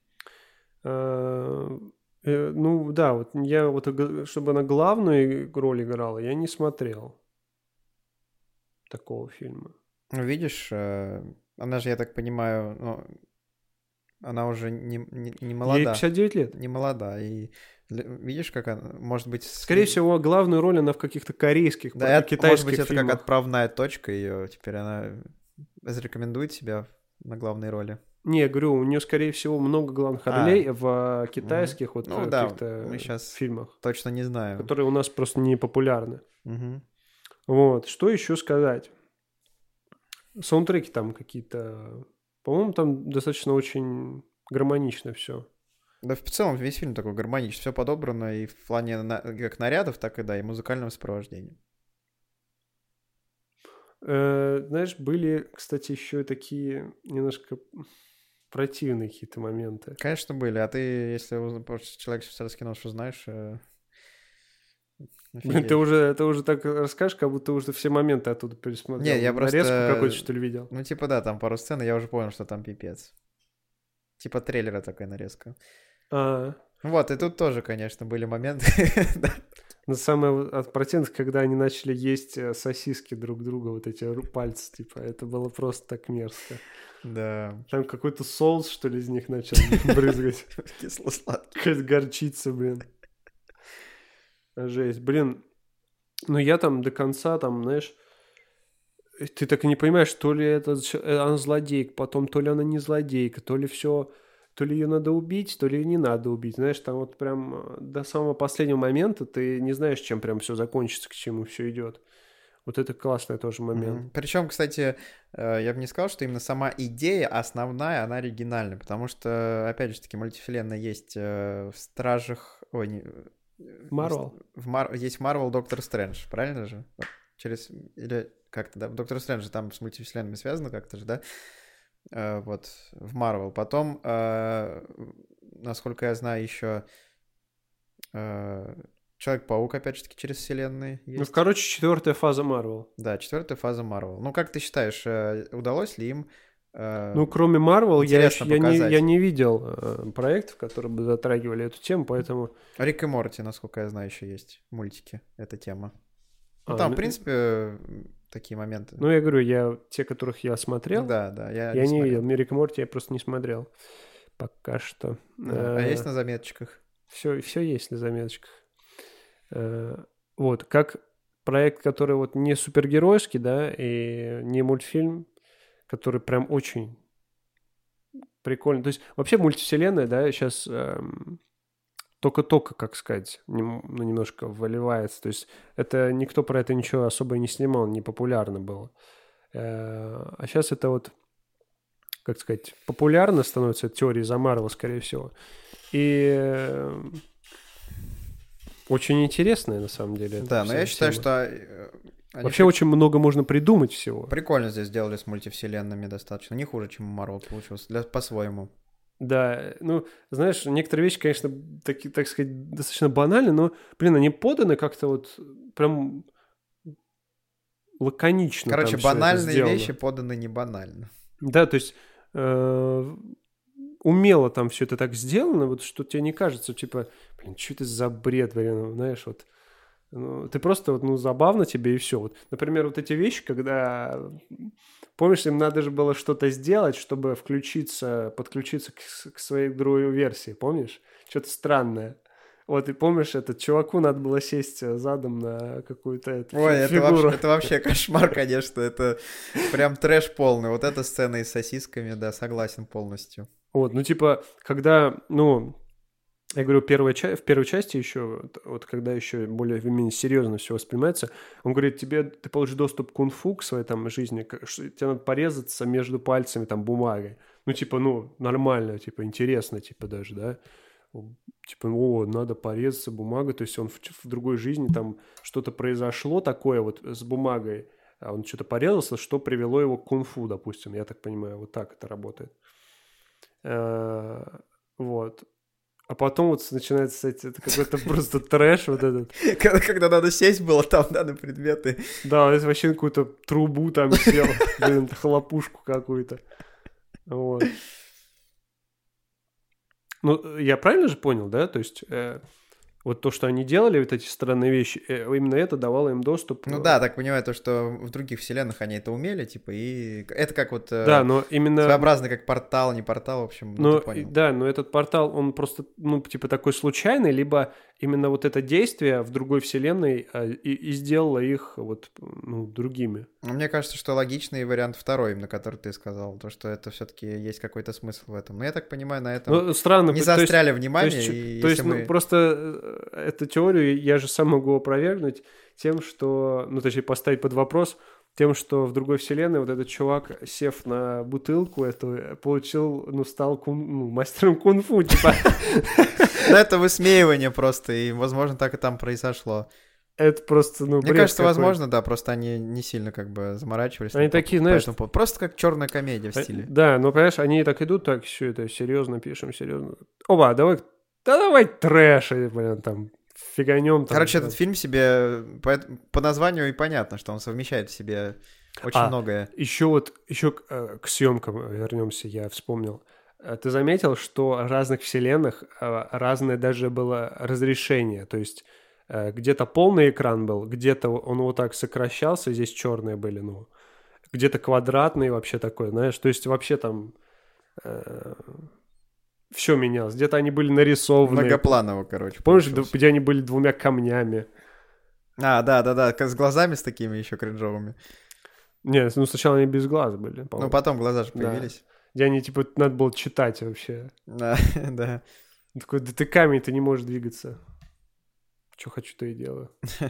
Ну, да, вот я вот, чтобы она главную роль играла, я не смотрел такого фильма. Ну, видишь, она же, я так понимаю, ну, она уже не молода. Ей 59 лет. Не молода. И видишь, как она, может быть... Скорее всего, главную роль она в каких-то корейских, да, китайских может быть, это фильмах. как отправная точка ее. Теперь она зарекомендует себя на главной роли. Не, я говорю, у нее, скорее всего, много главных ролей в китайских вот ну, каких-то мы сейчас фильмах. Точно не знаю. Которые у нас просто не популярны. Угу. Вот. Что еще сказать? Саундтреки там какие-то... По-моему, там достаточно очень гармонично все. Да, в целом весь фильм такой гармоничный. Все подобрано и в плане как нарядов, так и, да, и музыкального сопровождения. Знаешь, были, кстати, еще и такие немножко противные какие-то моменты. Конечно, были. А ты, если человек с кино, что знаешь... Ты уже так расскажешь, как будто уже все моменты оттуда пересмотрел. Не, я просто... Нарезку какую-то, что ли, видел? Ну, типа, да, там пару сцен, и я уже понял, что там пипец. Типа трейлера такая нарезка. Вот, и тут тоже, конечно, были моменты. Но самое противное, когда они начали есть сосиски друг друга, вот эти пальцы, типа, это было просто так мерзко. Да. Там какой-то соус, что ли, из них начал брызгать. Кисло-сладкий. Какая-то горчица, блин. Жесть. Блин, ну я там до конца, там, знаешь, ты так и не понимаешь, то ли это она злодейка, потом то ли она не злодейка, то ли все... То ли ее надо убить, то ли не надо убить. Знаешь, там вот прям до самого последнего момента ты не знаешь, чем прям все закончится, к чему все идет. Вот это классный тоже момент. Причем, кстати, я бы не сказал, что именно сама идея основная, она оригинальная, потому что, опять же таки, мультивселенная есть в Стражах... Ой, не... Марвел. Есть Марвел Доктор Стрэндж, правильно же? Или как-то, да? Доктор Стрэндж же там с мультивселенными связано как-то же, да? Вот, в Марвел. Потом, насколько я знаю, еще Человек-паук, опять же таки, через вселенные есть. Ну, короче, 4-я фаза Марвел. Да, 4-я фаза Марвел. Ну, как ты считаешь, удалось ли им... Ну, кроме Марвел, я показать? не видел проектов, которые бы затрагивали эту тему, поэтому... Рик и Морти, насколько я знаю, еще есть мультики, эта тема. Ну, там, в принципе, такие моменты. Ну, я говорю, те, которых я смотрел, да, я не видел. Рик и Морти я просто не смотрел пока что. А есть на заметочках? Все есть на заметочках. Вот, как проект, который вот не супергеройский, да, и не мультфильм, который прям очень прикольный. То есть вообще мультивселенная, да, сейчас только-только, как сказать, немножко выливается. То есть это никто про это ничего особо не снимал, не популярно было. А сейчас это вот, как сказать, популярно становится теории за Марвел, скорее всего. И очень интересная, на самом деле. Да, но я считаю, что... Вообще очень много можно придумать всего. Прикольно здесь сделали с мультивселенными достаточно. Не хуже, чем у Марвел получилось, по-своему. Да, ну, знаешь, некоторые вещи, конечно, так сказать, достаточно банальны, но, блин, они поданы как-то вот прям лаконично. Короче, банальные вещи поданы не банально. Да, то есть умело там все это так сделано, вот что тебе не кажется, типа, блин, что это за бред, блин, знаешь, вот. Ну, ты просто, вот, ну, забавно тебе и все. Вот, например, вот эти вещи, когда, помнишь, им надо же было что-то сделать, чтобы подключиться к своей другой версии, помнишь? Что-то странное. Вот, и помнишь, этот чуваку надо было сесть задом на какую-то эту Ой, фигуру. это вообще кошмар, конечно. Это прям трэш полный. Вот эта сцена и с сосисками, да, согласен полностью. Вот, ну, типа, когда, ну, я говорю, в первой части еще, вот когда еще более-менее серьезно все воспринимается, он говорит, ты получишь доступ к кунг-фу, к своей там жизни, тебе надо порезаться между пальцами там бумагой. Ну, типа, ну, нормально, типа, интересно, типа, даже, да? Типа, надо порезаться бумагой, то есть он в другой жизни там что-то произошло такое вот с бумагой, а он что-то порезался, что привело его к кунг-фу, допустим, я так понимаю, вот так это работает. Вот. А потом вот начинается, это какой-то просто трэш вот этот. Когда надо сесть было там, да, на предметы. Да, это вообще на какую-то трубу там сел, блин, хлопушку какую-то. Вот. Ну, я правильно же понял, да? То есть вот то, что они делали, вот эти странные вещи, именно это давало им доступ. Ну да, так понимаю, то, что в других вселенных они это умели, типа, и это как вот Да, но именно... своеобразный как портал, не портал, в общем, ну ты понял. Да, но этот портал, он просто, ну, типа такой случайный, либо именно вот это действие в другой вселенной и сделало их вот, ну, другими. Мне кажется, что логичный вариант второй, именно который ты сказал, то, что это все-таки есть какой-то смысл в этом. Но я так понимаю, на этом ну, странно, не заостряли внимание. То есть, ну, просто эту теорию я же сам могу опровергнуть тем, что, ну, точнее, поставить под вопрос тем, что в другой вселенной вот этот чувак, сев на бутылку эту, получил, ну, стал мастером кунг-фу, типа. Ну, это высмеивание просто, и, возможно, так и там произошло. Это просто, ну, мне кажется, возможно, да, просто они не сильно как бы заморачивались. Они такие, знаешь... Просто как черная комедия в стиле. Да, но, понимаешь, они так идут, так, все это серьезно пишем, серьезно. Оба, давай трэш, блин, там, фиганем. Короче, этот фильм себе, по названию и понятно, что он совмещает в себе очень многое. Еще к съемкам вернемся, я вспомнил. Ты заметил, что в разных вселенных разное даже было разрешение, то есть где-то полный экран был, где-то он вот так сокращался, здесь черные были, ну, где-то квадратный вообще такой, знаешь, то есть вообще там все менялось, где-то они были нарисованы. Многопланово, короче. Помнишь, где они были двумя камнями? Да, с глазами с такими еще кринжовыми. Нет, ну сначала они без глаз были, по-моему. Ну потом глаза же появились. Да. Где они, типа, надо было читать вообще. Да. Такой, да ты камень, ты не можешь двигаться. Что хочу, то и делаю.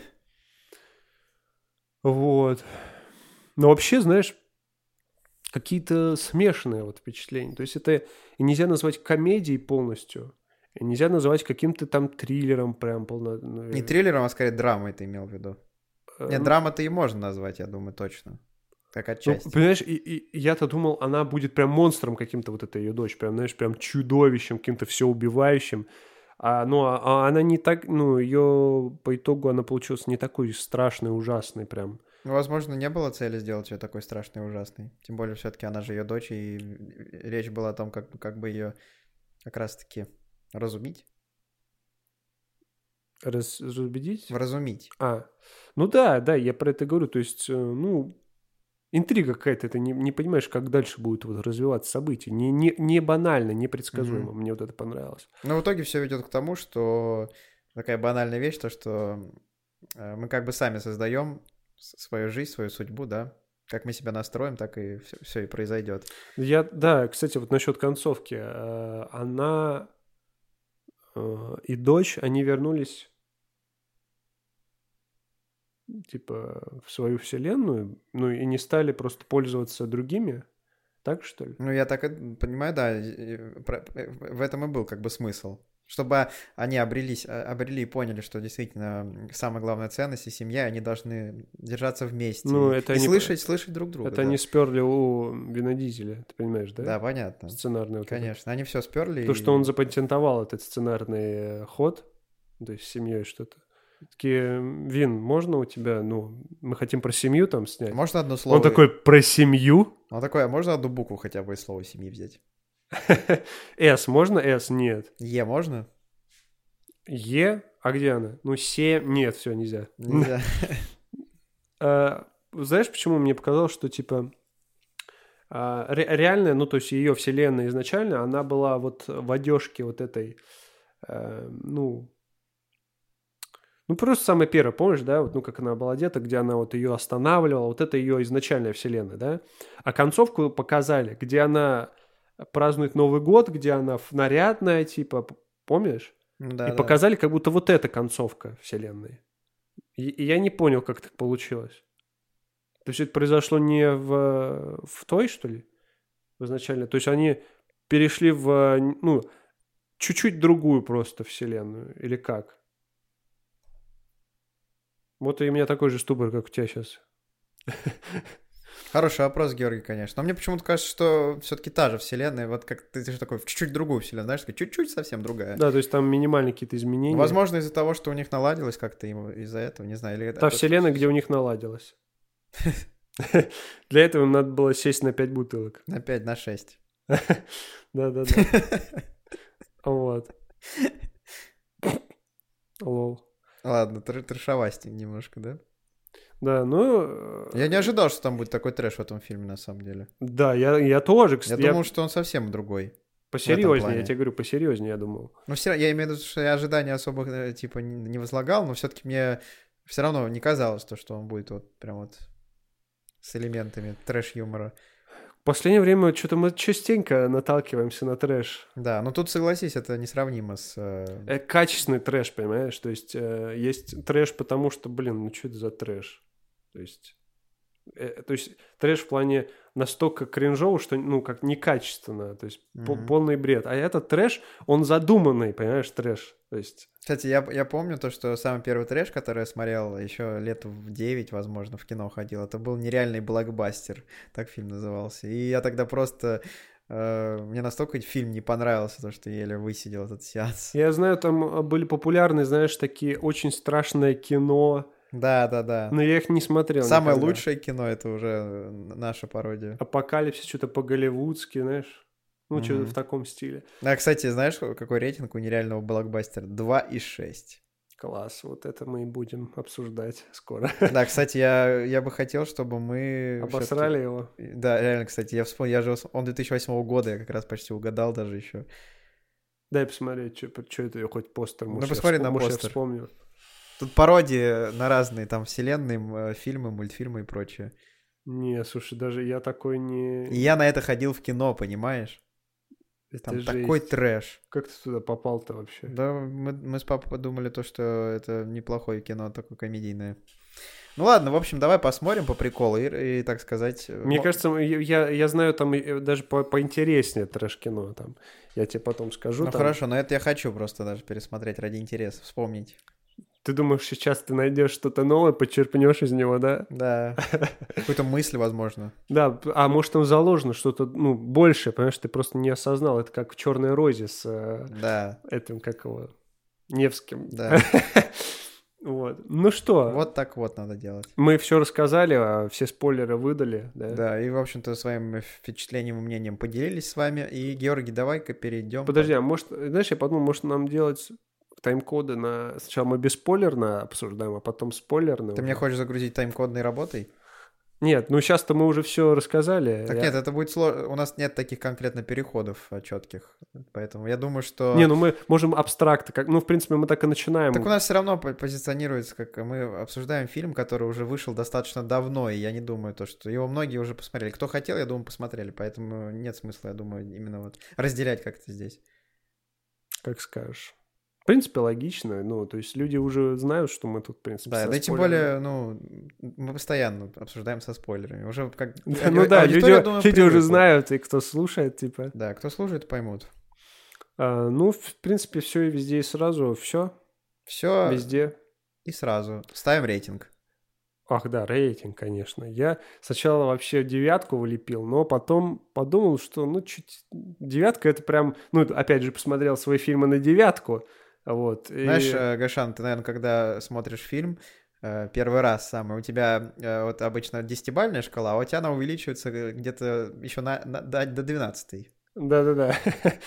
Вот. Но вообще, знаешь, какие-то смешанные вот впечатления. То есть это и нельзя назвать комедией полностью. И нельзя называть каким-то там триллером прям полно. Не триллером, а скорее драмой ты имел в виду. Нет, драма-то и можно назвать, я думаю, точно. Как отчасти. Ну, понимаешь, и я-то думал, она будет прям монстром каким-то, вот эта ее дочь, прям, знаешь, прям чудовищем, каким-то все убивающим. А она не так, ну, ее по итогу она получилась не такой страшный, ужасный прям. Ну, возможно, не было цели сделать ее такой страшной и ужасной. Тем более, все-таки она же ее дочь, и речь была о том, как бы ее как раз-таки разумить. Разубедить? Вразумить. Ну да, я про это говорю. То есть, ну, интрига какая-то, ты не понимаешь, как дальше будет вот развиваться события. Не банально, не предсказуемо. Мне вот это понравилось. Но в итоге все ведет к тому, что такая банальная вещь, то, что мы как бы сами создаем свою жизнь, свою судьбу, да. Как мы себя настроим, так и все и произойдет. Да, кстати, вот насчет концовки. Она и дочь, они вернулись типа в свою вселенную, ну и не стали просто пользоваться другими, так что ли? Ну, я так и понимаю, да, в этом и был как бы смысл. Чтобы они обрели и поняли, что действительно самая главная ценность и семья, они должны держаться вместе и слышать друг друга. Это они сперли у Вина Дизеля, ты понимаешь, да? Да, понятно. Сценарный вот конечно, этот. они все сперли. То, что он запатентовал этот сценарный ход, то есть с семьей что-то. Такие, Вин, можно у тебя, ну, мы хотим про семью там снять. Можно одно слово? Он такой, про семью? Он такой, а можно одну букву хотя бы из слова семьи взять? С можно? С нет. Е можно? Е? А где она? Ну, Се? Нет, все, нельзя. Нельзя. Знаешь, почему мне показалось, что, типа, реальная, ну, то есть ее вселенная изначально, она была вот в одежке вот этой, ну, Ну, просто самая первая, помнишь, да, вот, ну, как она была одета, где она вот ее останавливала, вот это ее изначальная вселенная, да? А концовку показали, где она празднует Новый год, где она нарядная, типа, помнишь? Ну И да, да. показали, как будто вот эта концовка вселенной. И я не понял, как так получилось. То есть это произошло не в той, что ли, изначально? То есть они перешли в, ну, чуть-чуть другую просто вселенную, или как? Вот и у меня такой же ступор, как у тебя сейчас. Хороший вопрос, Георгий, конечно. Но мне почему-то кажется, что все-таки та же вселенная, вот как ты же такой, в чуть-чуть другую вселенную, знаешь, такая чуть-чуть совсем другая. Да, то есть там минимальные какие-то изменения. Возможно, из-за того, что у них наладилось как-то из-за этого, не знаю. Или Та вселенная, где у них наладилось. Для этого им надо было сесть на 5 бутылок. На 5, на 6. Да-да-да. Вот. Лол. Ладно, трэшовастик немножко, да? Да, ну... Я не ожидал, что там будет такой трэш в этом фильме, на самом деле. Да, я тоже, Я кстати. думал, что он совсем другой. Посерьезнее, я тебе говорю, посерьезнее, я думал. Ну, все, я имею в виду, что я ожиданий особо, типа, не возлагал, но все-таки мне все равно не казалось то, что он будет вот прям вот с элементами трэш-юмора. В последнее время что-то мы частенько наталкиваемся на трэш. Да, но тут, согласись, это несравнимо с... Качественный трэш, понимаешь? То есть есть трэш, потому что, блин, ну что это за трэш? То есть трэш в плане настолько кринжово, что, ну, как некачественно, то есть полный бред. А этот трэш, он задуманный, понимаешь, трэш. То есть... Кстати, я помню то, что самый первый трэш, который я смотрел еще лет в 9, возможно, в кино ходил, это был «Нереальный блокбастер», так фильм назывался. И я тогда просто... мне настолько фильм не понравился, то, что еле высидел этот сеанс. Я знаю, там были популярны, знаешь, такие очень страшное кино. Да. Но я их не смотрел. Самое никогда. лучшее кино — это уже наша пародия. Апокалипсис, что-то по-голливудски, знаешь. Ну, что-то в таком стиле. А, кстати, знаешь, какой рейтинг у «Нереального блокбастера»? 2,6. Класс, вот это мы и будем обсуждать скоро. Да, кстати, я бы хотел, чтобы мы... Обосрали его. Да, реально, кстати, я вспомнил, он 2008 года, я как раз почти угадал даже еще. Дай посмотреть, что это, хоть постер. Ну, посмотри на постер. Я вспомню. Тут пародии на разные там вселенные, фильмы, мультфильмы и прочее. Не, слушай, даже я такой не... И я на это ходил в кино, понимаешь? Это там жесть. такой трэш. Как ты туда попал-то вообще? Да, мы с папой подумали то, что это неплохое кино, такое комедийное. Ну ладно, в общем, давай посмотрим по приколу и так сказать... Мне кажется, я знаю там даже поинтереснее трэш-кино там. Я тебе потом скажу. Ну там... хорошо, но это я хочу просто даже пересмотреть ради интереса, вспомнить. Ты думаешь, сейчас ты найдешь что-то новое, почерпнешь из него, да? Да. Какую-то мысль, возможно. Да, а может там заложено что-то, ну, большее, понимаешь, ты просто не осознал. Это как в «Черной розе» с этим, как его, Невским. Да. Вот. Ну что? Вот так вот надо делать. Мы все рассказали, все спойлеры выдали. Да, да, и, в общем-то, своим впечатлением и мнением поделились с вами. И, Георгий, давай-ка перейдем. Подожди, а может, знаешь, я подумал, может нам делать... тайм-коды на... Сначала мы бесспойлерно обсуждаем, а потом спойлерно. Ты мне хочешь загрузить тайм-кодной работой? Нет, ну сейчас-то мы уже все рассказали. Так нет, это будет сложно. У нас нет таких конкретно переходов четких. Поэтому я думаю, что... Не, ну мы можем абстракты. Как... Ну, в принципе, мы так и начинаем. Так у нас все равно позиционируется, как мы обсуждаем фильм, который уже вышел достаточно давно, и я не думаю, то, что его многие уже посмотрели. Кто хотел, я думаю, посмотрели. Поэтому нет смысла, я думаю, именно вот разделять как-то здесь. Как скажешь. В принципе, логично, ну, то есть люди уже знают, что мы тут, в принципе, да, да и тем более, ну, мы постоянно обсуждаем со спойлерами. Уже как... Ну да, люди уже знают, и кто слушает, типа. Да, кто слушает, поймут. Ну, в принципе, все и везде и сразу, все. Все. Везде. И сразу. Ставим рейтинг. Ах, да, рейтинг, конечно. Я сначала вообще 9 влепил, но потом подумал, что, ну, чуть... 9 это прям... Ну, опять же, посмотрел свои фильмы на 9. Вот. Знаешь, Гашан, ты, наверное, когда смотришь фильм первый раз самый, у тебя вот обычно 10-бальная шкала, а у тебя она увеличивается где-то еще до 12. Да-да-да.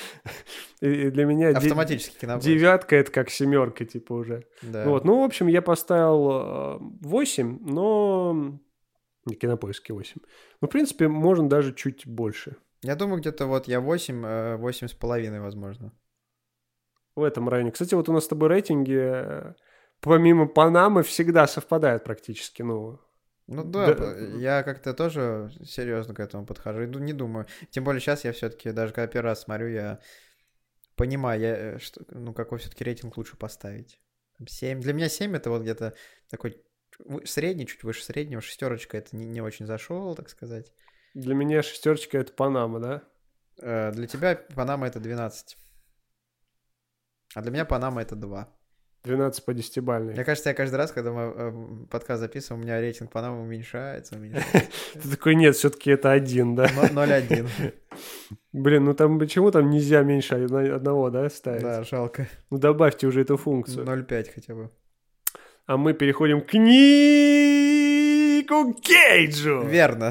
И для меня автоматически кинопоиск. 9 это как 7, типа уже. Да. Вот. Ну, в общем, я поставил 8, но... Не кинопоиске 8. Ну, в принципе, можно даже чуть больше. Я думаю, где-то вот я 8, 8,5, возможно. В этом районе. Кстати, вот у нас с тобой рейтинги помимо Панамы всегда совпадает практически, ну... Ну да, я как-то тоже серьезно к этому подхожу. Ну, не думаю. Тем более сейчас я все-таки, даже когда первый раз смотрю, я понимаю, ну, какой все-таки рейтинг лучше поставить. 7. Для меня 7 это вот где-то такой средний, чуть выше среднего. Шестерочка это не очень зашел, так сказать. Для меня шестерочка это Панама, да? Для тебя Панама это 12. А для меня Панама это 2. 12 по 10-бальной. Мне кажется, я каждый раз, когда мы подкаст записываем, у меня рейтинг Панамы уменьшается. Ты такой, нет, все-таки это 1, да? 0,1. Блин, ну там почему там нельзя меньше одного, да, ставить? Да, жалко. Ну добавьте уже эту функцию. 0,5 хотя бы. А мы переходим к Нику Кейджу. Верно.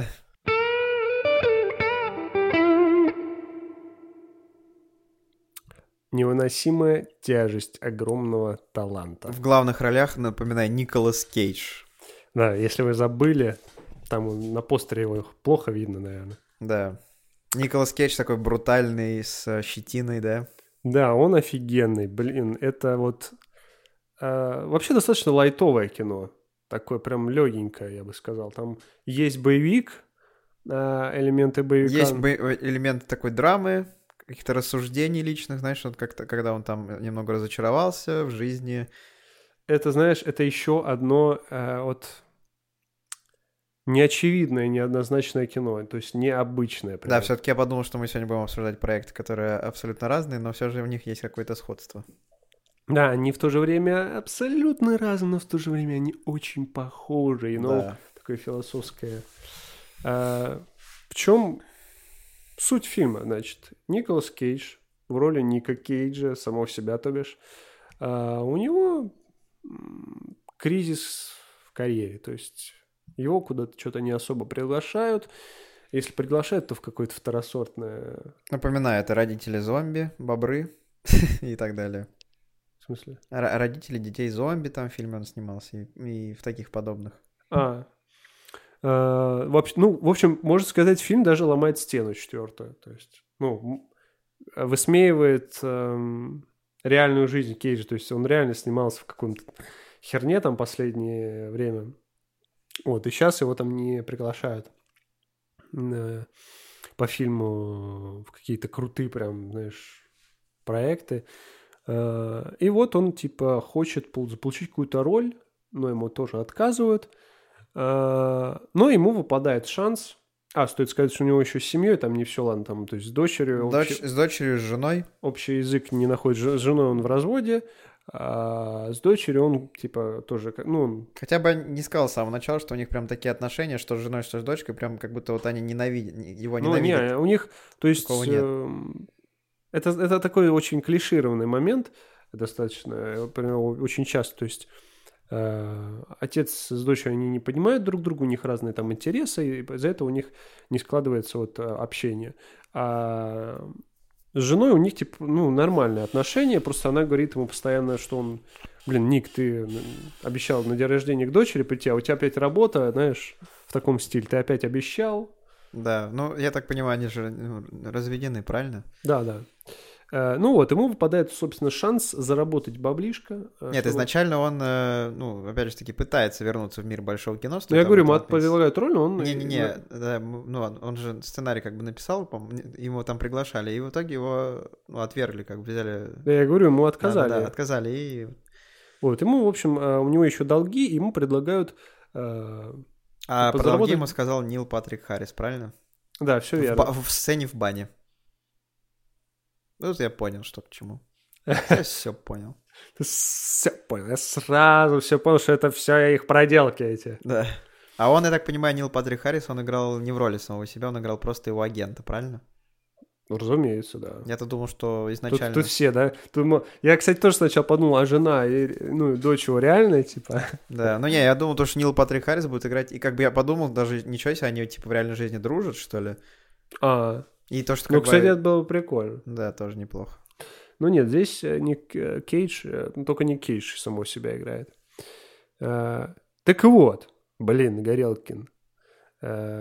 Невыносимая тяжесть огромного таланта. В главных ролях, напоминаю, Николас Кейдж. Да, если вы забыли, там на постере его плохо видно, наверное. Да. Николас Кейдж такой брутальный, с щетиной, да? Да, он офигенный. Блин, это вот... вообще достаточно лайтовое кино. Такое прям легенькое, я бы сказал. Там есть боевик, элементы боевика. Есть элементы такой драмы, каких-то рассуждений личных, знаешь, вот как-то, когда он там немного разочаровался в жизни. Это, знаешь, это еще одно вот неочевидное, неоднозначное кино, то есть необычное. Прям. Да, все-таки я подумал, что мы сегодня будем обсуждать проекты, которые абсолютно разные, но все же в них есть какое-то сходство. Да, они в то же время абсолютно разные, но в то же время они очень похожи. И, ну, Да. такое философское. В чем суть фильма? Значит, Николас Кейдж в роли Ника Кейджа, самого себя, то бишь, у него кризис в карьере. То есть его куда-то что-то не особо приглашают. Если приглашают, то в какое-то второсортное... Напоминаю, это родители зомби, бобры и так далее. В смысле? Родители детей зомби, там в фильме он снимался, и в таких подобных. Вообще, ну, в общем, можно сказать, фильм даже ломает стену четвертую. То есть, ну, высмеивает реальную жизнь Кейджа. То есть он реально снимался в каком-то херне там последнее время. Вот, и сейчас его там не приглашают по фильму в какие-то крутые прям, знаешь, проекты. И вот он, типа, хочет заполучить какую-то роль, но ему тоже отказывают. Но ему выпадает шанс. Стоит сказать, что у него еще с семьей там не все, ладно, там, то есть с дочерью. С дочерью, с женой. Общий язык не находит. С женой он в разводе, а с дочерью он, типа, тоже, ну... Хотя бы не сказал с самого начала, что у них прям такие отношения, что с женой, что с дочкой, прям как будто вот они его ненавидят. Ну, не, у них, то есть... Это такой очень клишированный момент, достаточно, очень часто, то есть... Отец с дочерью, они не понимают друг друга, у них разные там интересы, и из-за этого у них не складывается вот общение. А с женой у них, типа, ну, нормальные отношения, просто она говорит ему постоянно, что он, блин, Ник, ты обещал на день рождения к дочери прийти, а у тебя опять работа, знаешь, в таком стиле, ты опять обещал. Да, ну, я так понимаю, они же разведены, правильно? Да. Ну вот, ему выпадает, собственно, шанс заработать баблишко. Нет, изначально он, ну, опять же таки, пытается вернуться в мир большого кино. Ну, я говорю, ему предлагают роль, но он... Не-не-не, да, ну, он же сценарий как бы написал, по-моему, ему там приглашали, и в итоге его отвергли, как бы взяли... Да, я говорю, ему отказали. Да, отказали, и... Вот, ему, в общем, у него еще долги, ему предлагают... про долги ему сказал Нил Патрик Харрис, правильно? Да, все верно. В сцене в бане. Вот я понял, что к чему. Я все понял. Ты все понял. Я сразу все понял, что это все их проделки эти. Да. А он, я так понимаю, Нил Патрик Харрис, он играл не в роли самого себя, он играл просто его агента, правильно? Ну, разумеется, да. Я-то думал, что изначально... Тут все, да? Я, кстати, тоже сначала подумал, а жена и дочь его реальная, типа? Да, ну не, я думал, что Нил Патрик Харрис будет играть, и как бы я подумал, даже ничего себе, они типа в реальной жизни дружат, что ли? И то, что, кстати, это было прикольно. Да, тоже неплохо. Ну нет, здесь Ник Кейдж, только Ник Кейдж самого себя играет. Так вот, блин, Горелкин.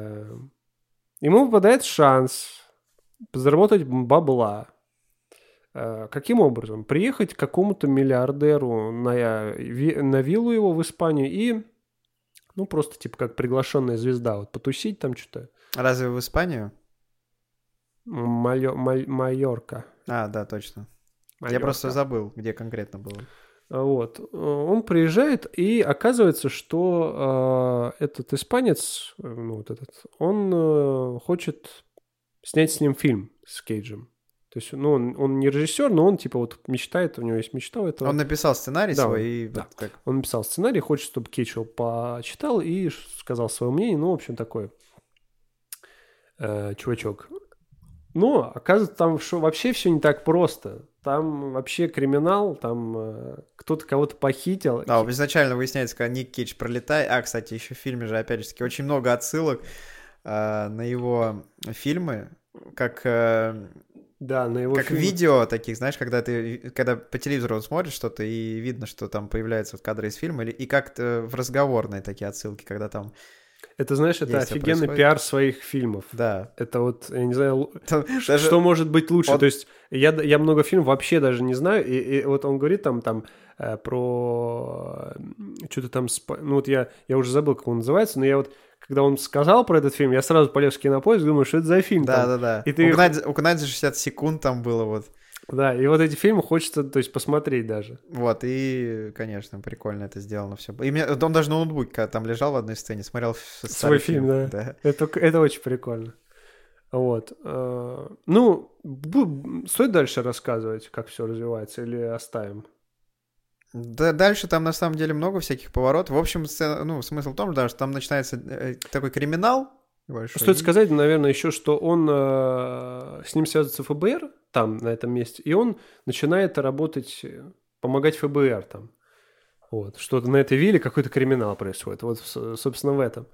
Ему выпадает шанс заработать бабла. Каким образом? Приехать к какому-то миллиардеру на виллу его в Испанию и, ну, просто типа как приглашенная звезда, вот потусить там что-то. Разве в Испанию? Майорка. Да, точно. Майорка. Я просто забыл, где конкретно было. Вот. Он приезжает, и оказывается, что этот испанец, ну, вот этот, он хочет снять с ним фильм с Кейджем. То есть, ну, он не режиссер, но он, типа, вот мечтает, у него есть мечта у этого. Он написал сценарий свой, и да. вот как... Он написал сценарий, хочет, чтобы Кейдж его почитал и сказал свое мнение. Ну, в общем, такой чувачок. Но, оказывается, там вообще все не так просто. Там вообще криминал, там кто-то кого-то похитил. Изначально выясняется, когда Ник Кейдж пролетает. Кстати, еще в фильме же, опять же таки, очень много отсылок на его фильмы, как на его как фильмы. видео таких, знаешь, когда по телевизору смотришь что-то, и видно, что там появляются кадры из фильма, и как-то в разговорные такие отсылки, когда там... Это, знаешь, это офигенный пиар своих фильмов. Да. Это вот, я не знаю, что может быть лучше. То есть я много фильмов вообще даже не знаю, и вот он говорит там про что-то там... Ну вот я уже забыл, как он называется, но я вот, когда он сказал про этот фильм, я сразу полез в Кинопоиск, думаю, что это за фильм. Да. И ты... Угнать за 60 секунд там было вот. Да, и вот эти фильмы хочется, то есть, посмотреть даже. Вот, и, конечно, прикольно это сделано все. И он даже на ноутбуке там лежал в одной сцене, смотрел свой фильм, да. Это очень прикольно. Вот. Ну, стоит дальше рассказывать, как все развивается, или оставим? Да, дальше там на самом деле много всяких поворотов. В общем, смысл в том, что там начинается такой криминал. Большой. Стоит сказать, наверное, еще, что он с ним связывается ФБР там, на этом месте, и он начинает работать, помогать ФБР там. Вот. Что-то на этой вилле какой-то криминал происходит. Вот, собственно, в этом.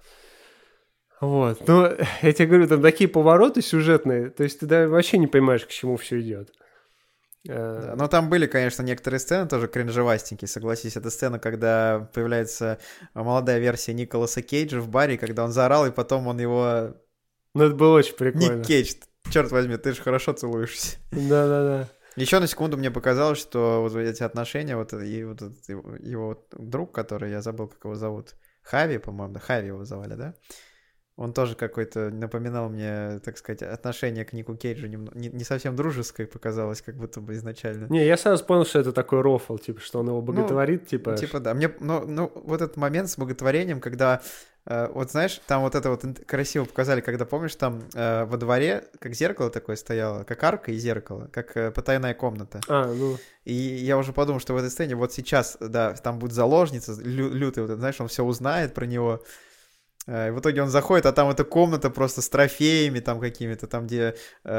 Вот. Но я тебе говорю, там такие повороты сюжетные, то есть ты вообще не понимаешь, к чему все идет. Да, но там были, конечно, некоторые сцены тоже кринжевастенькие, согласись. Это сцена, когда появляется молодая версия Николаса Кейджа в баре, когда он заорал, и потом он его... Ну, это было очень прикольно. Ник Кейдж, черт возьми, ты же хорошо целуешься. Да. Еще на секунду мне показалось, что вот эти отношения, и вот его друг, который, я забыл, как его зовут, Хави, по-моему, Хави его звали, да? Он тоже какой-то напоминал мне, так сказать, отношение к Нику Кейджу не совсем дружеское показалось, как будто бы изначально. Не, я сразу понял, что это такой рофл, типа, что он его боготворит, типа... Типа, да. Мне, вот этот момент с боготворением, когда, вот знаешь, там вот это вот красиво показали, когда, помнишь, там во дворе, как зеркало такое стояло, как арка и зеркало, как потайная комната. Ну... И я уже подумал, что в этой сцене вот сейчас, да, там будет заложница, лютый, вот, знаешь, он все узнает про него. И в итоге он заходит, а там эта комната просто с трофеями там какими-то, там где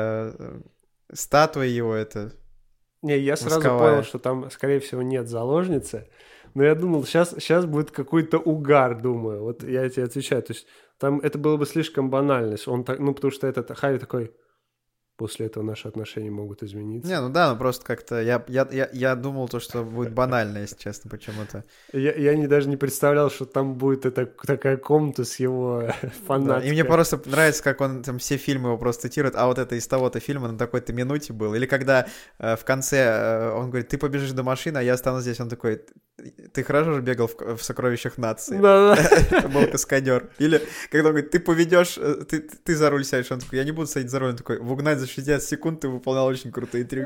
статуя его это. Не, я сразу понял, что там, скорее всего, нет заложницы. Но я думал, сейчас будет какой-то угар, думаю. Вот я тебе отвечаю. То есть там это было бы слишком банально. Он так, ну, потому что этот Хави такой... После этого наши отношения могут измениться. Не, ну да, ну просто как-то я думал то, что будет банально, если честно, почему-то. Я даже не представлял, что там будет такая комната с его фанатикой. Да, и мне просто нравится, как он там все фильмы его просто цитирует, а вот это из того-то фильма на такой-то минуте был. Или когда в конце он говорит, ты побежишь до машины, а я останусь здесь. Он такой, ты хорошо же бегал в «Сокровищах нации». Да. Был каскадер. Или когда он говорит, ты поведешь, ты за руль сядешь. Он такой, я не буду садить за руль. Он такой, в «Угнать за 60 секунд» ты выполнял очень крутые трюки.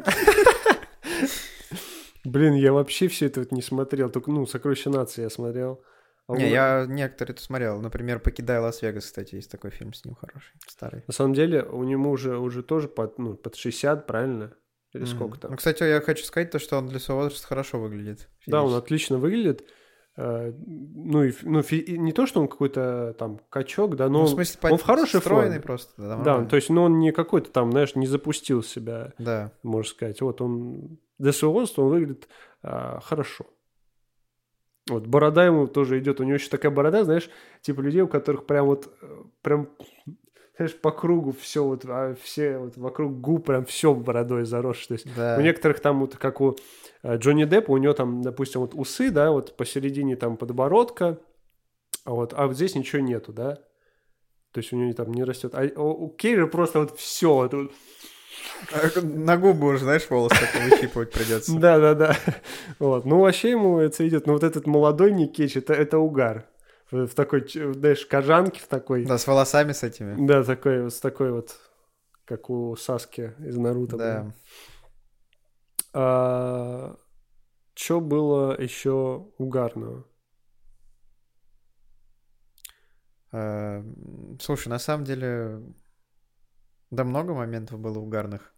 Блин, я вообще все это не смотрел. Только, «Сокровища нации» я смотрел. Я некоторые смотрел. Например, «Покидая Лас-Вегас», кстати, есть такой фильм с ним хороший, старый. На самом деле, у него уже тоже под 60, правильно? Или сколько там? Ну, кстати, я хочу сказать то, что он для своего возраста хорошо выглядит. Да, он отлично выглядит. Не то, что он какой-то там качок, да, но в смысле, он в хорошей форме. просто. Да, то есть, он не какой-то там, знаешь, не запустил себя, да. можно сказать. Вот он для своего возраста он выглядит хорошо. Вот, борода ему тоже идет. У него еще такая борода, знаешь, типа людей, у которых прям, знаешь, по кругу все все вокруг губ прям все бородой заросшее. То есть у некоторых там, вот как у Джонни Деппа, у него там, допустим, вот усы, да, вот посередине там подбородка, а вот здесь ничего нету, да. То есть у него там не растет. А у Кейджа просто вот все, На губы уже, знаешь, волос такой выщипывать придется. Да. Вот. Ну, вообще ему это идет. Ну, вот этот молодой Ник Кейдж, это угар. В такой, знаешь, кожанке в такой. Да, с волосами с этими. Да, такой, с такой вот, как у Саски из Наруто. Да. Что было еще угарного? Слушай, на самом деле, да, много моментов было угарных.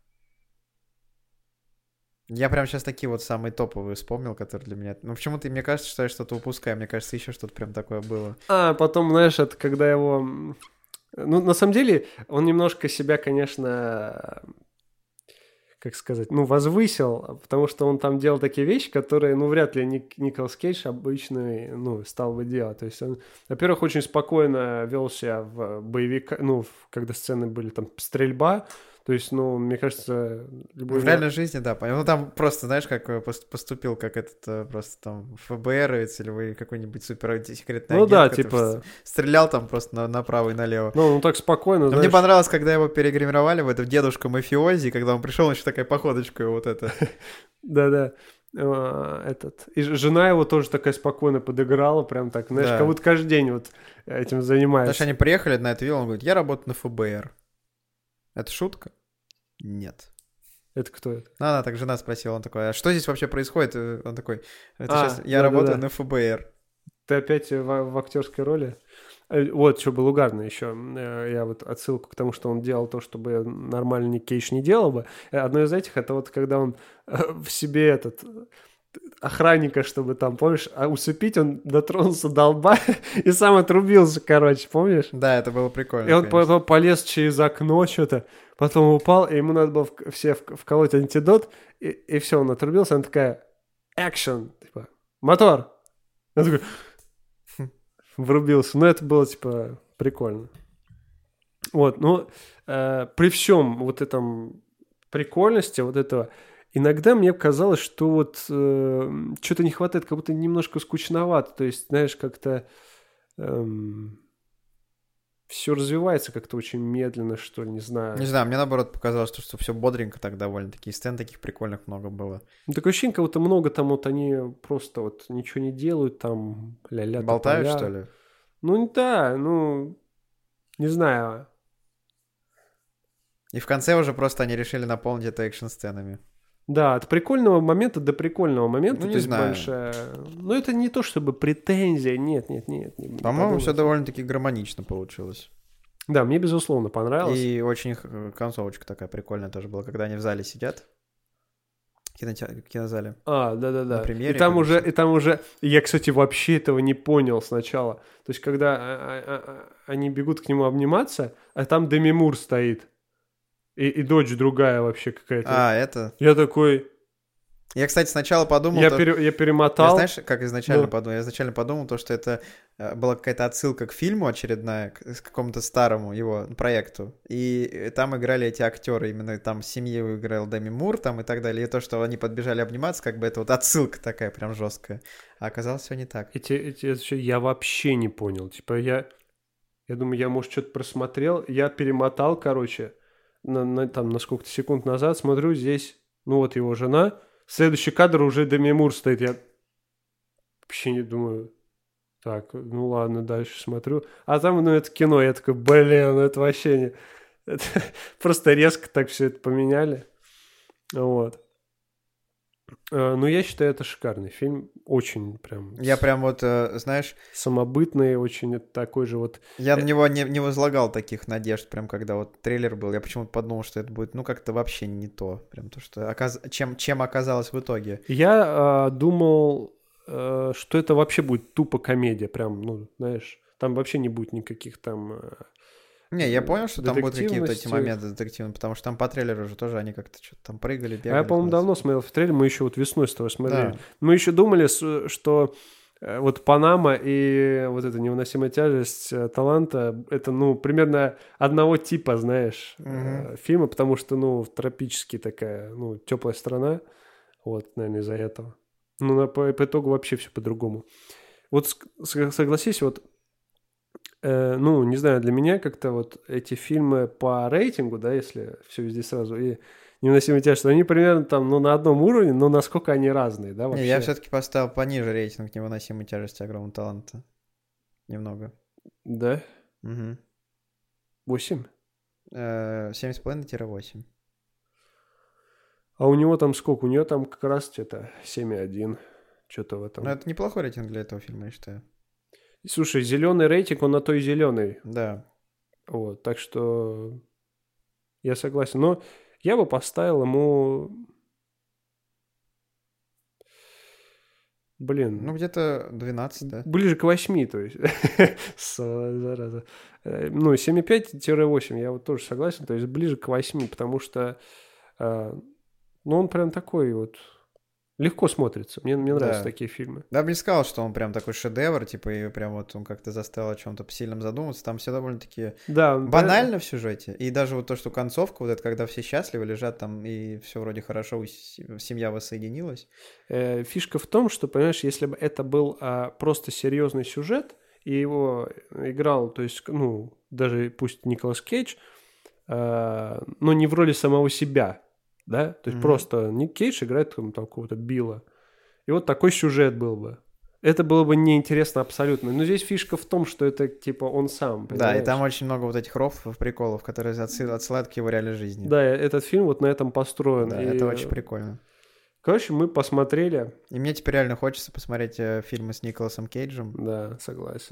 Я прям сейчас такие вот самые топовые вспомнил, которые для меня... Ну, почему-то, мне кажется, что я что-то упускаю. Мне кажется, еще что-то прям такое было. Потом, знаешь, это когда его... Ну, на самом деле, он немножко себя, конечно, как сказать, ну, возвысил, потому что он там делал такие вещи, которые, ну, вряд ли Николас Кейдж обычный, ну, стал бы делать. То есть он, во-первых, очень спокойно вел себя в боевиках, ну, когда сцены были там стрельба. То есть, ну, мне кажется... В реальной жизни, да, понял. Ну, там просто, знаешь, как поступил, как этот просто там ФБРовец или вы какой-нибудь суперсекретный агент, да, который типа... стрелял там просто направо и налево. Ну, так спокойно, Но знаешь... мне понравилось, когда его перегримировали в этого дедушка мафиози, когда он пришел, еще такая походочка вот эта. Да. И жена его тоже такая спокойно подыграла, прям так, знаешь, как будто каждый день вот этим занимается. Знаешь, они приехали на эту виллу, он говорит, я работаю на ФБР. Это шутка? Нет. Это кто это? Она так жена спросила, он такой, а что здесь вообще происходит? Он такой, это сейчас я работаю на ФБР. Ты опять в актерской роли? Вот, что было угарно еще. Я вот отсылку к тому, что он делал то, чтобы нормально Ник Кейдж не делал бы. Одно из этих, это вот когда он в себе этот... охранника, чтобы там, помнишь, усыпить, он дотронулся до лба и сам отрубился, короче, помнишь? Да, это было прикольно. И он потом полез через окно что-то, потом упал, и ему надо было все вколоть антидот, и все, он отрубился, она такая, action, типа, мотор. Он такой, врубился. Ну, это было, типа, прикольно. Вот, ну, при всем вот этом прикольности, вот этого, иногда мне казалось, что вот что-то не хватает, как будто немножко скучновато. То есть, знаешь, как-то все развивается как-то очень медленно, что ли, не знаю. Не знаю, мне наоборот показалось, что все бодренько так довольно-таки. Сцен таких прикольных много было. Ну, такое ощущение, как будто много там вот они просто вот ничего не делают, там ля-ля. Болтают, что ли? Ну, да, ну, не знаю. И в конце уже просто они решили наполнить это экшн-сценами. Да, от прикольного момента до прикольного момента. Ну, не знаю. Ну, это не то, чтобы претензия. Нет. По-моему, все довольно-таки гармонично получилось. Да, мне, безусловно, понравилось. И очень концовочка такая прикольная тоже была, когда они в зале сидят. В кинозале. Да. На премьере. И там уже... Я, кстати, вообще этого не понял сначала. То есть, когда они бегут к нему обниматься, а там Деми Мур стоит. И дочь другая вообще какая-то. Это? Я такой... Я, кстати, сначала подумал... Я перемотал. Я, знаешь, как изначально подумал? Я изначально подумал, что это была какая-то отсылка к фильму очередная, к какому-то старому его проекту. И там играли эти актеры, именно там семью играл Деми Мур там и так далее. И то, что они подбежали обниматься, как бы это вот отсылка такая прям жесткая. А оказалось все не так. Я вообще не понял. Типа я думаю, я, может, что-то просмотрел. Я перемотал, короче... там на сколько-то секунд назад, смотрю, здесь, ну вот его жена, следующий кадр уже Деми Мур стоит, я вообще не думаю, так, ну ладно, дальше смотрю, а там, ну это кино, я такой, блин, ну это вообще не, это просто резко так все это поменяли, вот. Ну, я считаю, это шикарный фильм. Очень прям... Я прям вот, знаешь... Самобытный, очень такой же вот... Я на него не возлагал таких надежд, прям когда вот трейлер был. Я почему-то подумал, что это будет, ну, как-то вообще не то. Прям то, что... Чем оказалось в итоге. Я думал, что это вообще будет тупо комедия. Прям, ну, знаешь, там вообще не будет никаких там... Не, я понял, что там будут какие-то эти моменты детективные, потому что там по трейлеру же тоже они как-то что-то там прыгали, бегали. А я, по-моему, давно смотрел в трейлер, мы еще вот весной с тобой смотрели. Да. Мы еще думали, что вот Панама и вот эта невыносимая тяжесть таланта, это, ну, примерно одного типа, знаешь, фильма, потому что, ну, тропически такая, ну, теплая страна, вот, наверное, из-за этого. Ну, по итогу вообще все по-другому. Вот согласись, вот ну, не знаю, для меня как-то вот эти фильмы по рейтингу, да, если все везде сразу, и «Невыносимая тяжесть», они примерно там, ну, на одном уровне, но насколько они разные, да, Не, я вообще. все-таки поставил пониже рейтинг «Невыносимой тяжести огромного таланта». Немного. Да? Угу. 8? 7,5-8. А у него там сколько? У него там как раз где-то 7,1. Что-то в Ну, этом. это неплохой рейтинг для этого фильма, я считаю. Слушай, зеленый рейтинг, он на то и зеленый. Да. Вот, так что я согласен. Но я бы поставил ему... Блин. Ну, где-то 12, да. Ближе к 8, то есть. Зараза. Ну, 7,5-8, я вот тоже согласен. То есть ближе к 8, потому что... Ну, он прям такой вот... Легко смотрится. Мне нравятся Да. такие фильмы. Да, бы не сказал, что он прям такой шедевр, типа, и прям вот он как-то заставил о чем-то сильном задуматься. Там все довольно-таки Да, банально в сюжете. И даже вот то, что концовка, вот это, когда все счастливы, лежат там, и все вроде хорошо, семья воссоединилась. Фишка в том, что, понимаешь, если бы это был просто серьезный сюжет, и его играл, то есть, ну, даже пусть Николас Кейдж, но не в роли самого себя, да, то есть просто Ник Кейдж играет там какого-то Билла. И вот такой сюжет был бы. Это было бы неинтересно абсолютно. Но здесь фишка в том, что это типа он сам, понимаешь? Да, и там очень много вот этих рофлов, приколов, которые отсылают к его реальной жизни. Да, этот фильм вот на этом построен. Да, и... это очень прикольно. Короче, мы посмотрели. И мне теперь реально хочется посмотреть фильмы с Николасом Кейджем. Да, согласен.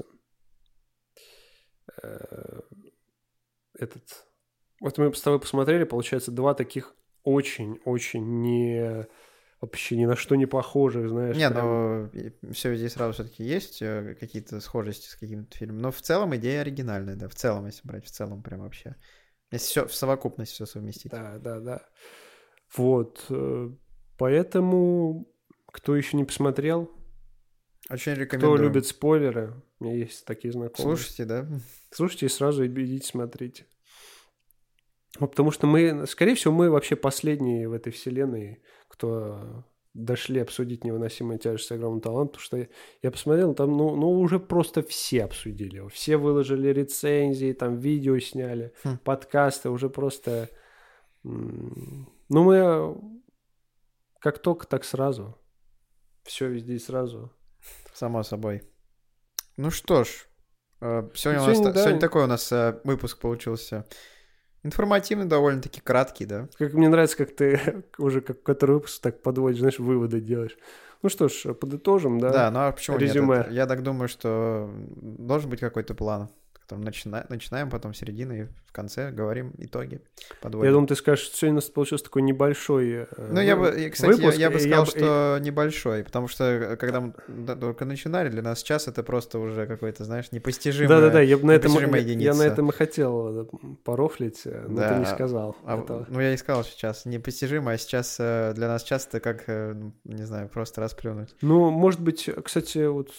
Вот мы с тобой посмотрели, получается, два таких очень-очень вообще ни на что не похожих, знаешь. Не, прям... но все здесь сразу все-таки есть какие-то схожести с каким-то фильмом. Но в целом идея оригинальная, да. В целом, если брать, в целом прям вообще. Если все в совокупности все совместить. Да. Вот. Поэтому, кто еще не посмотрел, очень рекомендую. кто любит спойлеры, у меня есть такие знакомые. Слушайте, да? Слушайте и сразу идите смотрите. Ну, потому что мы, скорее всего, мы вообще последние в этой вселенной, кто дошли обсудить «Невыносимую тяжесть огромного таланта», потому что я посмотрел, там, ну уже просто все обсудили его. Все выложили рецензии, там видео сняли, подкасты, уже просто... Ну, мы как только, так сразу. Все везде и сразу. Само собой. Ну что ж, сегодня такой у нас выпуск получился. Информативный, довольно-таки краткий, да? Как мне нравится, как ты уже как который выпуск так подводишь, знаешь, выводы делаешь. Ну что ж, подытожим, да? Да, ну а почему резюме. Нет? Я так думаю, что должен быть какой-то план. Потом начинаем, потом середина, и в конце говорим итоги, подводим. Я думаю, ты скажешь, что сегодня у нас получился такой небольшой Ну, я бы сказал, что небольшой, потому что, когда мы только начинали, для нас час это просто уже какой-то, знаешь, непостижимая Да, я единица. Я на этом и хотел порофлить, но да, ты не сказал. Ну, я и сказал сейчас непостижимо, а сейчас для нас час это как, не знаю, просто расплюнуть. Ну, может быть, кстати, вот...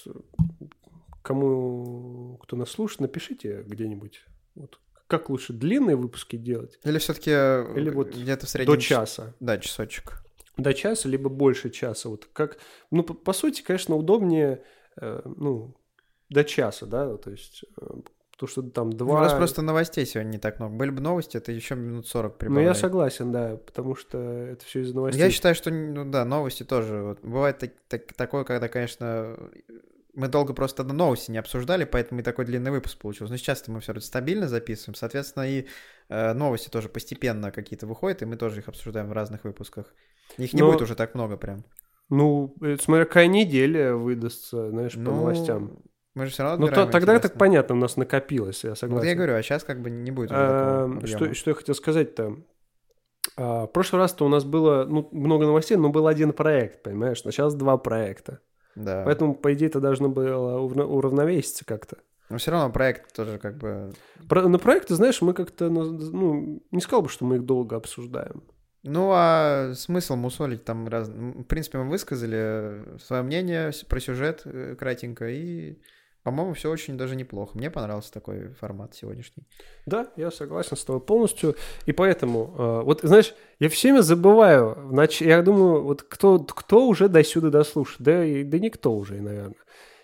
кто нас слушает, напишите где-нибудь, вот, как лучше длинные выпуски делать. Или все-таки вот где-то в среднем... До часа. Да, часочек. До часа, либо больше часа. Вот как, ну, по сути, конечно, удобнее, до часа, да, то есть... Потому что там два... У нас просто новостей сегодня не так много. Были бы новости, это еще минут 40 прибавляет. Ну, я согласен, да, потому что это все из новостей. Я считаю, что, новости тоже. Вот, бывает такое, когда, конечно... Мы долго просто новости не обсуждали, поэтому и такой длинный выпуск получился. Но сейчас-то мы все это стабильно записываем, соответственно, и новости тоже постепенно какие-то выходят, и мы тоже их обсуждаем в разных выпусках. Их не будет уже так много прям. Ну, смотря какая неделя выдастся, знаешь, по новостям. Мы же все равно отбираем. Ну, тогда так понятно, у нас накопилось, я согласен. Вот я говорю, а сейчас как бы не будет уже такого объема. Что я хотел сказать-то? В прошлый раз-то у нас было много новостей, но был один проект, понимаешь? Но сейчас два проекта. Да. Поэтому, по идее, это должно было уравновеситься как-то. Но все равно проект тоже как бы... На проекты, знаешь, мы как-то, не сказал бы, что мы их долго обсуждаем. Ну, а смысл мусолить там В принципе, мы высказали свое мнение про сюжет кратенько, и, по-моему, все очень даже неплохо. Мне понравился такой формат сегодняшний. Да, я согласен с тобой полностью. И поэтому, вот, знаешь, я все время забываю. Я думаю, вот кто уже до сюда дослушает? Да никто уже, наверное.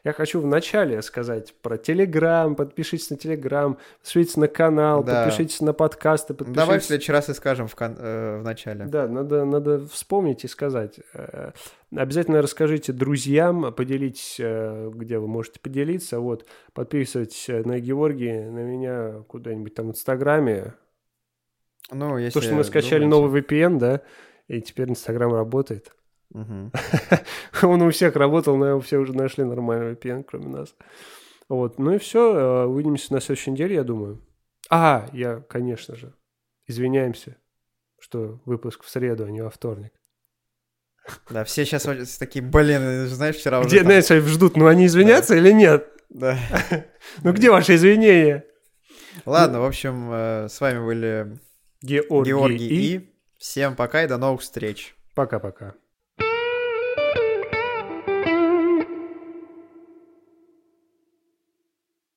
Я хочу вначале сказать про Телеграм. Подпишитесь на Телеграм, подпишитесь на канал, подпишитесь на подкасты. Подпишитесь... Давай в следующий раз и скажем в начале. Да, надо вспомнить и сказать. Обязательно расскажите друзьям, поделитесь, где вы можете поделиться. Вот, подписывайтесь на Георгия, на меня куда-нибудь там в Инстаграме. Ну, если то, что мы скачали новый VPN, да, и теперь Инстаграм работает. Он у всех работал, но все уже нашли нормальный VPN, кроме нас. Вот, ну и все, увидимся на следующей неделе, я думаю. Конечно же, извиняемся, что выпуск в среду, а не во вторник. Да, все сейчас такие, блин, знаешь, вчера уже... Где, знаешь, ждут, ну они извинятся или нет? Да. Ну где ваши извинения? Ладно, в общем, с вами были Георгий и... Всем пока и до новых встреч. Пока-пока.